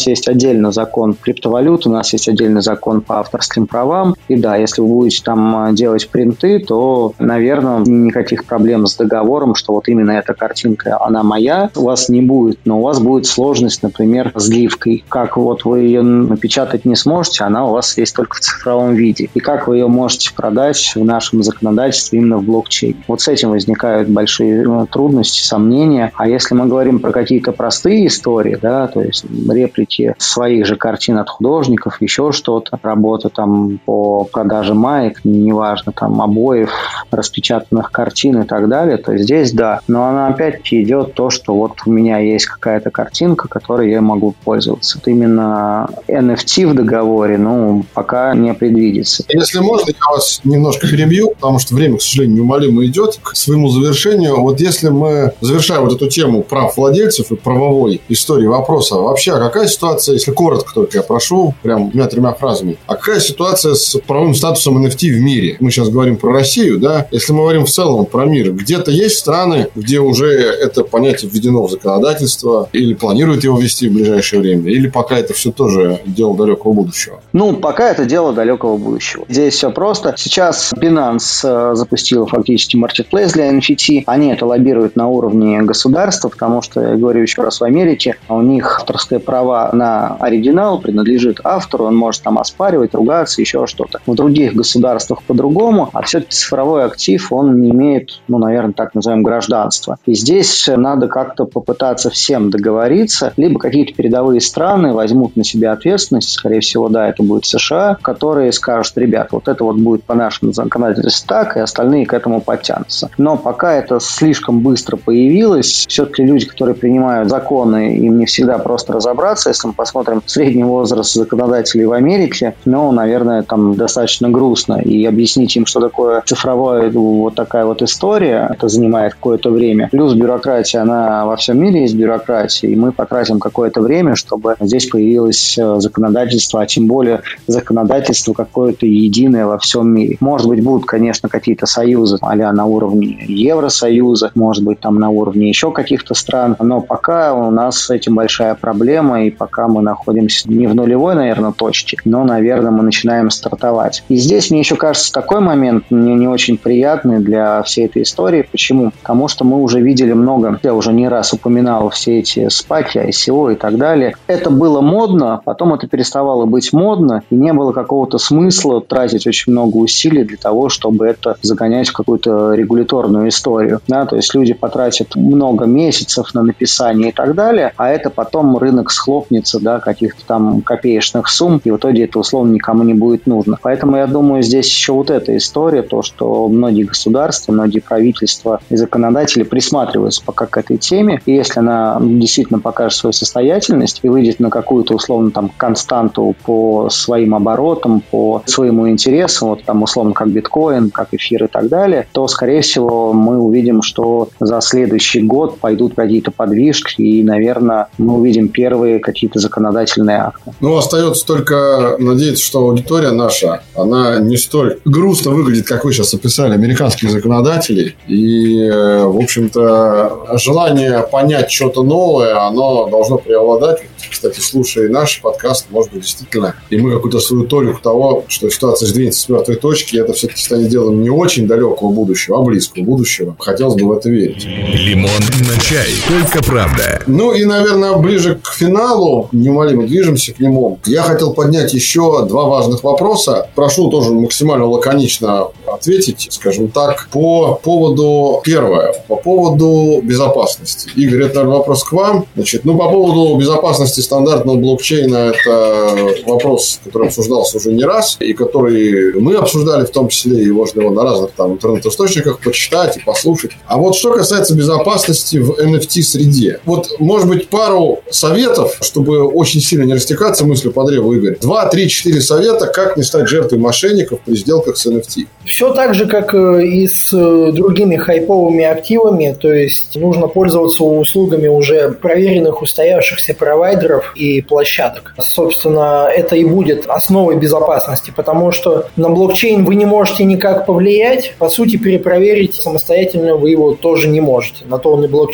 отдельно закон криптовалют, у нас есть отдельный закон по авторским правам. И да, если вы будете там делать принты, то, наверное, никаких проблем с договором, что вот именно эта картинка, она моя, у вас не будет. Но у вас будет сложность, например, с гифкой. Как вот вы ее напечатать не сможете, она у вас есть только в цифровом виде. И как вы ее можете продать в нашем законодательстве именно в блокчейне. Вот с этим возникают большие ну, трудности, сомнения. А если мы говорим про какие-то простые истории, да, то есть реплики своих же картин от художников, еще что-то, работа там по продаже маек, неважно, там обоев, распечатанных картин и так далее, то здесь да. Но она опять-таки идет то, что вот у меня есть какая-то картинка, которой я могу пользоваться. Вот именно эн эф ти в договоре, ну, пока не предвидится. Если можно, я вас немножко перебью, потому что время, к сожалению, неумолимо идет к своему завершению. Вот если мы завершаем вот эту тему прав владельцев и правовой истории вопроса, вообще, а какая ситуация, если коротко только я прошу, прям двумя-тремя фразами, а какая ситуация с правовым статусом эн эф ти в мире? Мы сейчас говорим про Россию, да? Если мы говорим в целом про мир, где-то есть страны, где уже это понятие введено в законодательство или планируют его ввести в ближайшее время, или пока это все тоже дело далекого будущего? Ну, пока это дело далекого будущего. Здесь все просто. Сейчас Binance запустила фактически маркетплейс для эн эф ти. Они это лоббируют на уровне государства, потому что, я говорю еще раз, в Америке у них авторское право на оригинал принадлежит автору, он может там оспаривать, ругаться, еще что-то. В других государствах по-другому, а все-таки цифровой актив, он не имеет, ну, наверное, так называемое гражданство. И здесь надо как-то попытаться всем договориться, либо какие-то передовые страны возьмут на себя ответственность, скорее всего, да, это будет США, которые скажут: ребят, вот это вот будет по нашему законодательству так, и остальные к этому подтянутся. Но пока это слишком быстро появилось, все-таки люди, которые принимают законы, им не всегда просто разобраться. Если мы посмотрим средний возраст законодателей в Америке, ну, наверное, там достаточно грустно. И объяснить им, что такое цифровая вот такая вот история, это занимает какое-то время. Плюс бюрократия, она во всем мире есть бюрократия, и мы потратим какое-то время, чтобы здесь появилось законодательство, а тем более законодательство какое-то единое во всем мире. Может быть, будут, конечно, какие-то союзы а-ля на уровне Евросоюза, может быть, там на уровне еще каких-то стран, но пока у нас с этим большая проблема, и пока мы находимся не в нулевой, наверное, точке, но, наверное, мы начинаем стартовать. И здесь мне еще кажется такой момент, мне не очень приятный для всей этой истории. Почему? Потому что мы уже видели много, я уже не раз упоминал все эти спаки, ай си о и так далее. Это было модно, потом это переставало быть модно, и не было какого-то смысла тратить очень много усилий для того, чтобы это загонять в какую-то регуляторную историю. Да? То есть люди потратят много месяцев на написание и так далее, а это потом рынок схлопнется, да, каких-то там копеечных сумм, и в итоге это условно никому не будет нужно. Поэтому я думаю, здесь еще вот эта история, то, что многие государства, многие правительства и законодатели присматриваются пока к этой теме, и если она действительно покажет свою состоятельность и выйдет на какую-то условно там константу по своим оборотам, по своему интересу, вот там условно как биткоин, как эфир и так далее, то, скорее всего, мы увидим, что за следующий год пойдут какие-то подвижки, и, наверное, мы увидим первые какие-то законодательные акты. Ну, остается только надеяться, что аудитория наша, она не столь грустно выглядит, как вы сейчас описали, американских законодателей. И, в общем-то, желание понять что-то новое, оно должно преобладать. Кстати, слушая наш подкаст, может быть, действительно, и мы какую-то свою толику того, что ситуация сдвинется с мертвой точки, это все-таки станет делом не очень далекого будущего, а близкого будущего. Хотелось бы в это верить. Лимон на чай. Только правда. Ну и, наверное, ближе к финалу, неумолимо движемся к нему. Я хотел поднять еще два важных вопроса. Прошу тоже максимально лаконично ответить, скажем так, по поводу, первое, по поводу безопасности. Игорь, это, наверное, вопрос к вам. Значит, ну, по поводу безопасности стандартного блокчейна, это вопрос, который обсуждался уже не раз, и который мы обсуждали в том числе, и можно его на разных там интернет-источниках почитать и послушать. А вот что касается безопасности в эн эф ти-среде. Вот, может быть, пару советов, чтобы очень сильно не растекаться мыслью по древу, Игорь. Два, три, четыре совета, как не стать жертвой мошенников при сделках с эн эф ти. Все так же, как и с другими хайповыми активами, то есть нужно пользоваться услугами уже проверенных, устоявшихся провайдеров и площадок. Собственно, это и будет основой безопасности, потому что на блокчейн вы не можете никак повлиять, по сути, перепроверить самостоятельно вы его тоже не можете, на то он и блокчейн.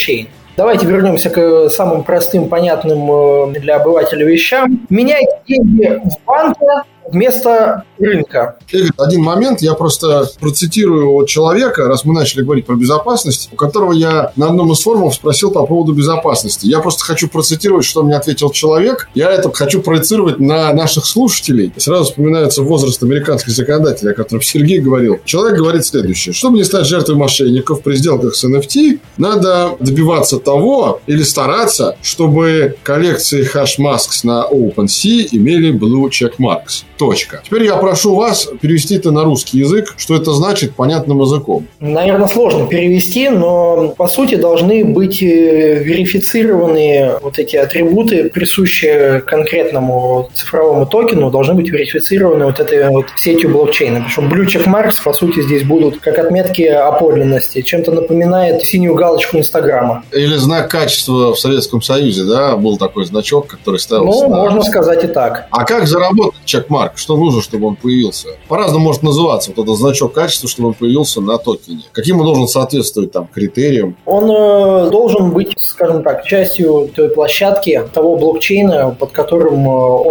Давайте вернемся к самым простым, понятным для обывателя вещам. Меняйте деньги в банке вместо рынка. Игорь, один момент, я просто процитирую вот человека, раз мы начали говорить про безопасность, у которого я на одном из форумов спросил по поводу безопасности. Я просто хочу процитировать, что мне ответил человек. Я это хочу проецировать на наших слушателей. Сразу вспоминается возраст американских законодателей, о котором Сергей говорил. Человек говорит следующее. Чтобы не стать жертвой мошенников при сделках с эн эф ти, надо добиваться того или стараться, чтобы коллекции HashMasks на OpenSea имели Blue Check Marks. Точка. Теперь я прошу вас перевести это на русский язык. Что это значит понятным языком? Наверное, сложно перевести, но по сути должны быть верифицированы вот эти атрибуты, присущие конкретному цифровому токену, должны быть верифицированы вот этой вот сетью блокчейна. Причем Blue Check Marks, по сути, здесь будут как отметки о подлинности. Чем-то напоминает синюю галочку Инстаграма. Или знак качества в Советском Союзе, да? Был такой значок, который ставился. Ну, на... можно сказать и так. А как заработать чекмарк? Что нужно, чтобы он появился? По-разному может называться вот этот значок качества, чтобы он появился на токене. Каким он должен соответствовать там критериям? Он э, должен быть, скажем так, частью той площадки, того блокчейна, под которым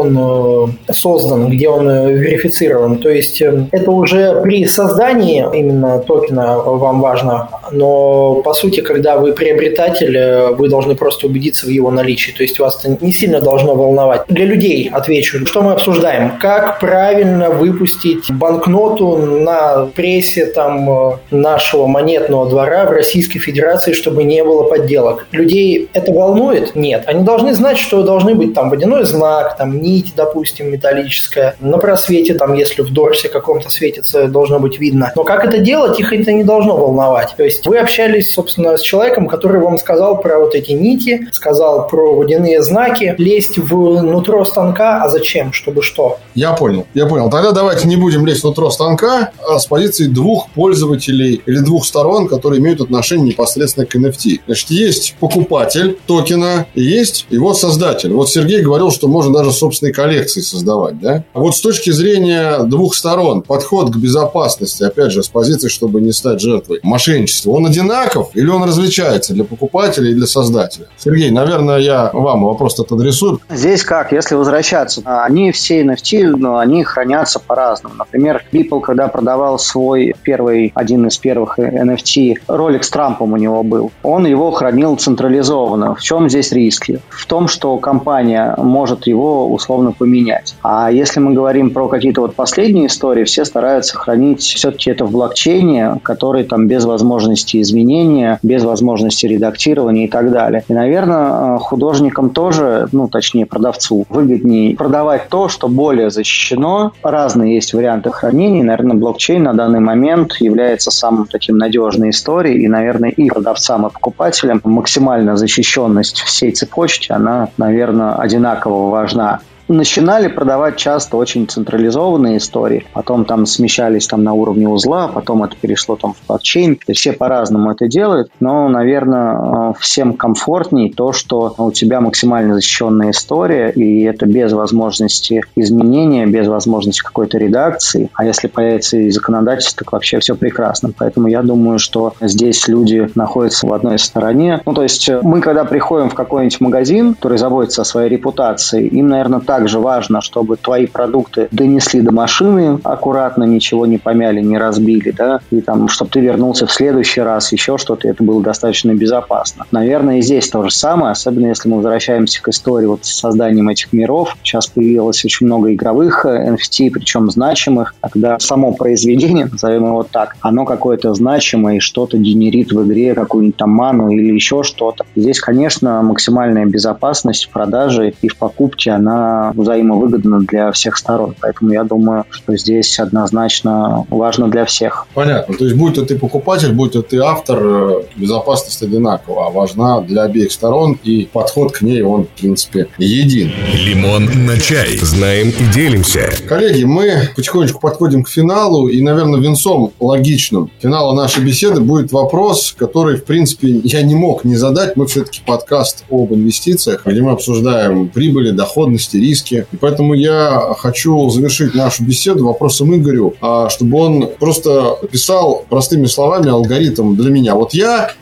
он э, создан, где он э, верифицирован. То есть э, это уже при создании именно токена вам важно, но по сути, когда вы приобретатель, вы должны просто убедиться в его наличии. То есть вас это не сильно должно волновать. Для людей отвечу, что мы обсуждаем. Как правильно выпустить банкноту на прессе там, нашего монетного двора в Российской Федерации, чтобы не было подделок. Людей это волнует? Нет. Они должны знать, что должны быть там водяной знак, там нить, допустим, металлическая. На просвете, там, если в дорсе каком-то светится, должно быть видно. Но как это делать, их это не должно волновать. То есть вы общались, собственно, с человеком, который вам сказал про вот эти нити, сказал про водяные знаки, лезть в нутро станка, а зачем? Чтобы что? Я понял, я понял. Тогда давайте не будем лезть внутрь станка, а с позиции двух пользователей или двух сторон, которые имеют отношение непосредственно к эн эф ти. Значит, есть покупатель токена и есть его создатель. Вот Сергей говорил, что можно даже собственные коллекции создавать, да? А вот с точки зрения двух сторон, подход к безопасности, опять же, с позиции, чтобы не стать жертвой мошенничества, он одинаков или он различается для покупателя и для создателя? Сергей, наверное, я вам вопрос этот адресую. Здесь как, если возвращаться, они все эн эф ти, но они хранятся по-разному. Например, Ripple, когда продавал свой первый, один из первых эн эф ти, ролик с Трампом у него был, он его хранил централизованно. В чем здесь риски? В том, что компания может его условно поменять. А если мы говорим про какие-то вот последние истории, все стараются хранить все-таки это в блокчейне, который там без возможности изменения, без возможности редактирования и так далее. И, наверное, художникам тоже, ну, точнее, продавцу, выгоднее продавать то, что более защищено. Разные есть варианты хранения. Наверное, блокчейн на данный момент является самым таким надежной историей. И, наверное, и продавцам, и покупателям максимальная защищенность всей цепочки, она, наверное, одинаково важна. Начинали продавать часто очень централизованные истории, потом там смещались там на уровне узла, потом это перешло там в блокчейн. Все по-разному это делают, но, наверное, всем комфортней то, что у тебя максимально защищенная история, и это без возможности изменения, без возможности какой-то редакции. А если появится и законодательство, так вообще все прекрасно. Поэтому я думаю, что здесь люди находятся в одной стороне. Ну, то есть мы, когда приходим в какой-нибудь магазин, который заботится о своей репутации, им, наверное, так Также важно, чтобы твои продукты донесли до машины аккуратно, ничего не помяли, не разбили, да, и там, чтобы ты вернулся в следующий раз, еще что-то, это было достаточно безопасно. Наверное, и здесь то же самое, особенно если мы возвращаемся к истории вот с созданием этих миров. Сейчас появилось очень много игровых эн эф ти, причем значимых, когда само произведение, назовем его так, оно какое-то значимое и что-то генерит в игре, какую-нибудь там ману или еще что-то. Здесь, конечно, максимальная безопасность в продаже и в покупке, она взаимовыгодно для всех сторон. Поэтому я думаю, что здесь однозначно важно для всех. Понятно. То есть, будь то ты покупатель, будь то ты автор, безопасность одинакова, а важна для обеих сторон, и подход к ней, он, в принципе, един. Лимон на чай. Знаем и делимся. Коллеги, мы потихонечку подходим к финалу, и, наверное, венцом логичным финала нашей беседы будет вопрос, который, в принципе, я не мог не задать. Мы все-таки подкаст об инвестициях, где мы обсуждаем прибыли, доходности, риски. И поэтому я хочу завершить нашу беседу вопросом Игорю, чтобы он просто описал простыми словами алгоритм для меня. Вот я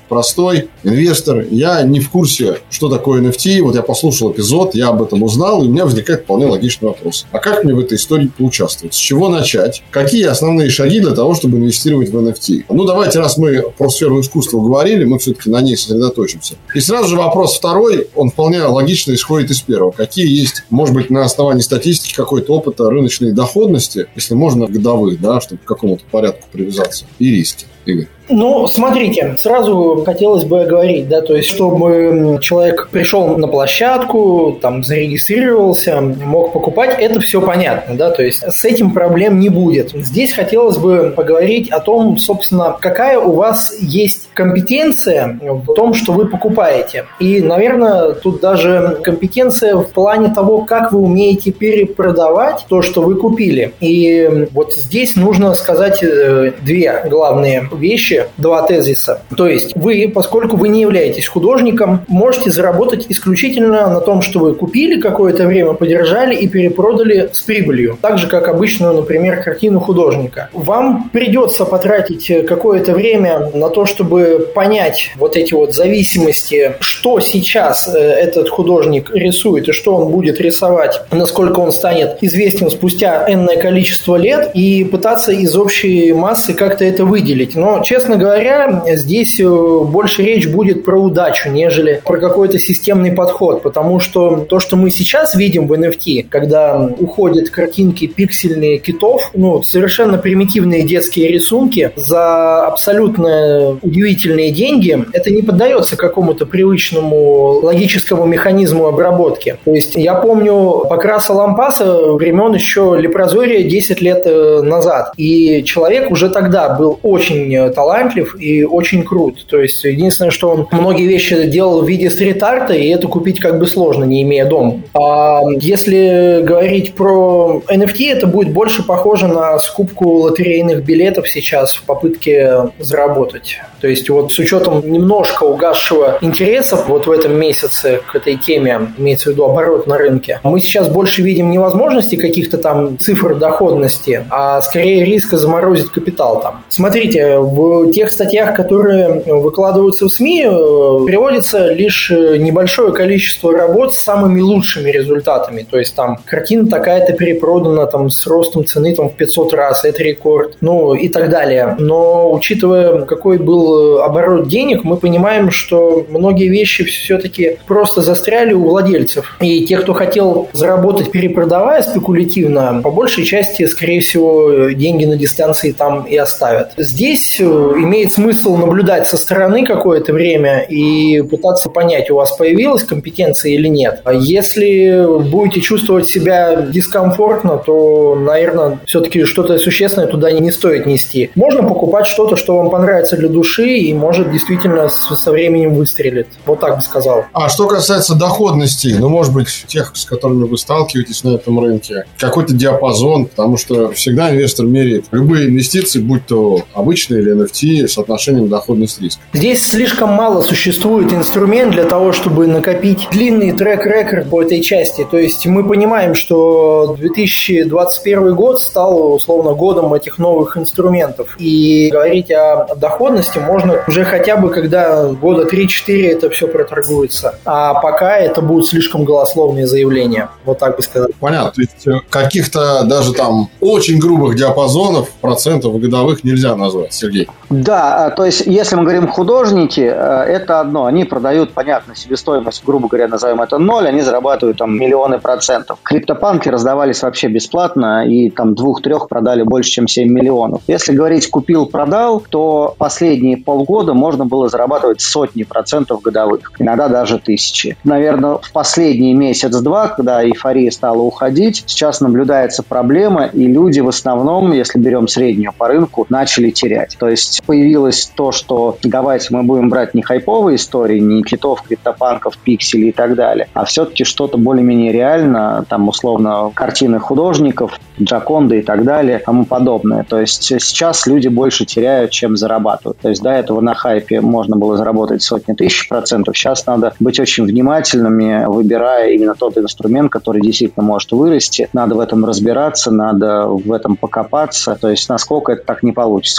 простой инвестор, я не в курсе, что такое эн эф ти. Вот я послушал эпизод, я об этом узнал, и у меня возникает вполне логичный вопрос. А как мне в этой истории поучаствовать? С чего начать? Какие основные шаги для того, чтобы инвестировать в эн эф ти? Ну, давайте, раз мы про сферу искусства говорили, мы все-таки на ней сосредоточимся. И сразу же вопрос второй, он вполне логично исходит из первого. Какие есть, может быть, на основании статистики какой-то опыта рыночной доходности, если можно, годовых, да, чтобы к какому-то порядку привязаться, и риски? Игорь. Ну, смотрите, сразу хотелось бы оговорить, да, то есть, чтобы человек пришел на площадку, там, зарегистрировался, мог покупать, это все понятно, да, то есть, с этим проблем не будет. Здесь хотелось бы поговорить о том, собственно, какая у вас есть компетенция в том, что вы покупаете. И, наверное, тут даже компетенция в плане того, как вы умеете перепродавать то, что вы купили. И вот здесь нужно сказать две главные вещи, два тезиса. То есть вы, поскольку вы не являетесь художником, можете заработать исключительно на том, что вы купили, какое-то время подержали и перепродали с прибылью. Так же, как обычную, например, картину художника. Вам придется потратить какое-то время на то, чтобы понять вот эти вот зависимости, что сейчас этот художник рисует и что он будет рисовать, насколько он станет известен спустя энное количество лет, и пытаться из общей массы как-то это выделить. Но, честно говоря, здесь больше речь будет про удачу, нежели про какой-то системный подход, потому что то, что мы сейчас видим в эн эф ти, когда уходят картинки пиксельные китов, ну, совершенно примитивные детские рисунки за абсолютно удивительные деньги, это не поддается какому-то привычному логическому механизму обработки. То есть я помню Покраса Лампаса времен еще Лепрозория десять лет назад, и человек уже тогда был очень талантлив и очень крут. То есть единственное, что он многие вещи делал в виде стрит-арта, и это купить как бы сложно, не имея дома. А если говорить про эн эф ти, это будет больше похоже на скупку лотерейных билетов сейчас в попытке заработать. То есть вот с учетом немножко угасшего интереса вот в этом месяце к этой теме, имеется в виду оборот на рынке, мы сейчас больше видим не возможности каких-то там цифр доходности, а скорее риска заморозить капитал там. Смотрите, в тех статьях, которые выкладываются в СМИ, приводится лишь небольшое количество работ с самыми лучшими результатами. То есть там картина такая-то перепродана там, с ростом цены там, в пятьсот раз, это рекорд, ну и так далее. Но учитывая, какой был оборот денег, мы понимаем, что многие вещи все-таки просто застряли у владельцев. И те, кто хотел заработать, перепродавая спекулятивно, по большей части, скорее всего, деньги на дистанции там и оставят. Здесь имеет смысл наблюдать со стороны какое-то время и пытаться понять, у вас появилась компетенция или нет. Если будете чувствовать себя дискомфортно, то, наверное, все-таки что-то существенное туда не стоит нести. Можно покупать что-то, что вам понравится для души и может действительно со временем выстрелит. Вот так бы сказал. А что касается доходности, ну, может быть, тех, с которыми вы сталкиваетесь на этом рынке, какой-то диапазон, потому что всегда инвестор меряет любые инвестиции, будь то обычные или эн эф ти, с отношением доходность-риск. Здесь слишком мало существует инструмент для того, чтобы накопить длинный трек-рекорд по этой части. То есть мы понимаем, что две тысячи двадцать первый год стал, условно, годом этих новых инструментов. И говорить о доходности можно уже хотя бы, когда года три-четыре это все проторгуется. А пока это будут слишком голословные заявления. Вот так бы сказать. Понятно. То есть каких-то даже там очень грубых диапазонов, процентов годовых нельзя назвать, Сергей. Да, то есть если мы говорим художники, это одно. Они продают, понятно, себестоимость, грубо говоря, назовем это ноль, они зарабатывают там миллионы процентов. Криптопанки раздавались вообще бесплатно, и там двух-трех продали больше, чем семь миллионов. Если говорить купил-продал, то последние полгода можно было зарабатывать сотни процентов годовых, иногда даже тысячи. Наверное, в последний месяц-два, когда эйфория стала уходить, сейчас наблюдается проблема, и люди в основном, если берем среднюю по рынку, начали терять. То есть появилось то, что давайте мы будем брать не хайповые истории, не китов, криптопанков, пикселей и так далее, а все-таки что-то более-менее реально, там условно картины художников, Джоконда и так далее, тому подобное. То есть сейчас люди больше теряют, чем зарабатывают. То есть до этого на хайпе можно было заработать сотни тысяч процентов, сейчас надо быть очень внимательными, выбирая именно тот инструмент, который действительно может вырасти. Надо в этом разбираться, надо в этом покопаться. То есть насколько это так не получится. Купил за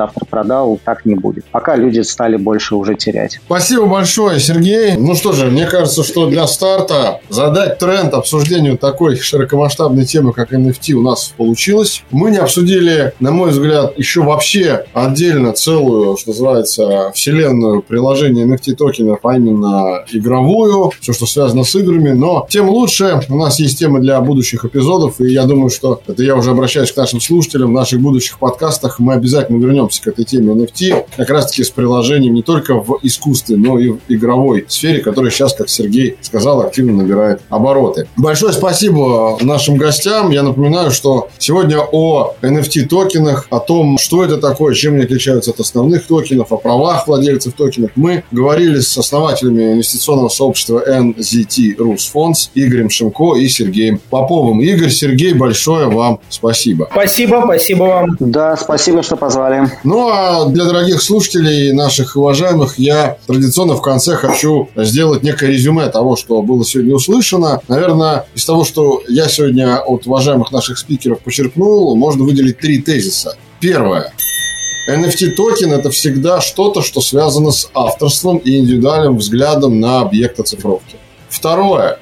завтра продал, так не будет. Пока люди стали больше уже терять. Спасибо большое, Сергей. Ну что же, мне кажется, что для старта задать тренд обсуждению такой широкомасштабной темы, как эн эф ти, у нас получилось. Мы не обсудили, на мой взгляд, еще вообще отдельно целую, что называется, вселенную приложения эн эф ти токенов, а именно игровую, все, что связано с играми. Но тем лучше. У нас есть темы для будущих эпизодов, и я думаю, что это я уже обращаюсь к нашим слушателям. В наших будущих подкастах мы обязательно вернемся к этой теме эн эф ти, как раз-таки с приложением не только в искусстве, но и в игровой сфере, которая сейчас, как Сергей сказал, активно набирает обороты. Большое спасибо нашим гостям. Я напоминаю, что сегодня о эн эф ти токенах, о том, что это такое, чем они отличаются от основных токенов, о правах владельцев токенов, мы говорили с основателями инвестиционного сообщества эн зет ти Rusfunds Игорем Шимко и Сергеем Поповым. Игорь, Сергей, большое вам спасибо. Спасибо, спасибо вам. Да, спасибо, что позвали. Ну, а для дорогих слушателей, наших уважаемых, я традиционно в конце хочу сделать некое резюме того, что было сегодня услышано. Наверное, из того, что я сегодня от уважаемых наших спикеров почерпнул, можно выделить три тезиса. Первое. эн эф ти токен – это всегда что-то, что связано с авторством и индивидуальным взглядом на объект оцифровки. Второе.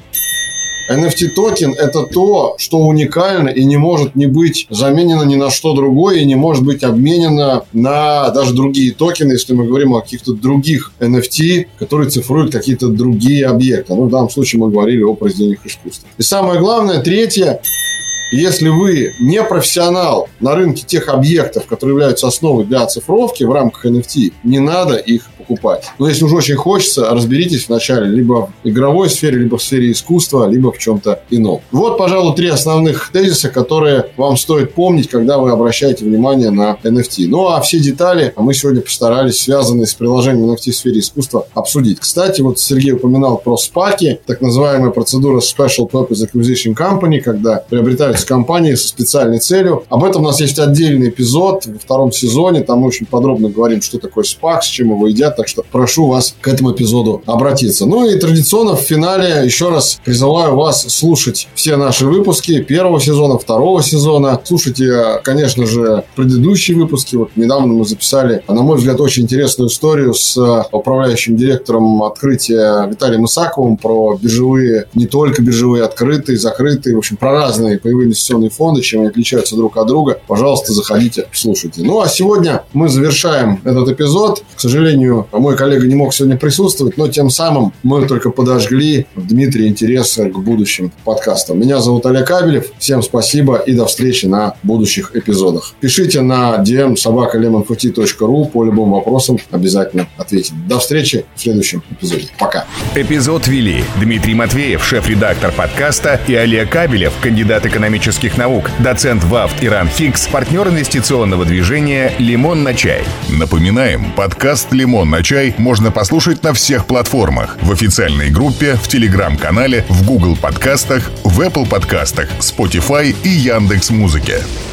эн эф ти токен – это то, что уникально и не может не быть заменено ни на что другое, и не может быть обменено на даже другие токены, если мы говорим о каких-то других эн эф ти, которые цифруют какие-то другие объекты. Ну, в данном случае мы говорили о произведениях искусства. И самое главное, третье. Если вы не профессионал на рынке тех объектов, которые являются основой для оцифровки в рамках эн эф ти, не надо их покупать. Но если уж очень хочется, разберитесь вначале либо в игровой сфере, либо в сфере искусства, либо в чем-то ином. Вот, пожалуй, три основных тезиса, которые вам стоит помнить, когда вы обращаете внимание на эн эф ти. Ну, а все детали мы сегодня постарались, связанные с приложением эн эф ти в сфере искусства, обсудить. Кстати, вот Сергей упоминал про спаки, так называемая процедура Special Purpose Acquisition Company, когда приобретаются компании со специальной целью. Об этом у нас есть отдельный эпизод во втором сезоне. Там мы очень подробно говорим, что такое спак, с чем его едят. Так что прошу вас к этому эпизоду обратиться. Ну и традиционно в финале еще раз призываю вас слушать все наши выпуски первого сезона, второго сезона. Слушайте, конечно же, предыдущие выпуски. Вот недавно мы записали, на мой взгляд, очень интересную историю с управляющим директором открытия Виталием Исаковым про биржевые, не только биржевые, открытые, закрытые, в общем, про разные паевые инвестиционные фонды, чем они отличаются друг от друга. Пожалуйста, заходите, слушайте. Ну, а сегодня мы завершаем этот эпизод. К сожалению, мой коллега не мог сегодня присутствовать, но тем самым мы только подожгли в Дмитрия интерес к будущим подкастам. Меня зовут Олег Кабелев. Всем спасибо и до встречи на будущих эпизодах. Пишите на ди эм собака лемон эф ти точка ру по любым вопросам. Обязательно ответим. До встречи в следующем эпизоде. Пока. Эпизод вели Дмитрий Матвеев, шеф-редактор подкаста, и Олег Кабелев, кандидат экономических наук, доцент ВАФТ Иран-Фикс, партнер инвестиционного движения «Лимон на чай». Напоминаем, подкаст «Лимон на чай» можно послушать на всех платформах: в официальной группе, в Телеграм-канале, в Google подкастах, в Apple подкастах, Spotify и Яндекс.Музыке.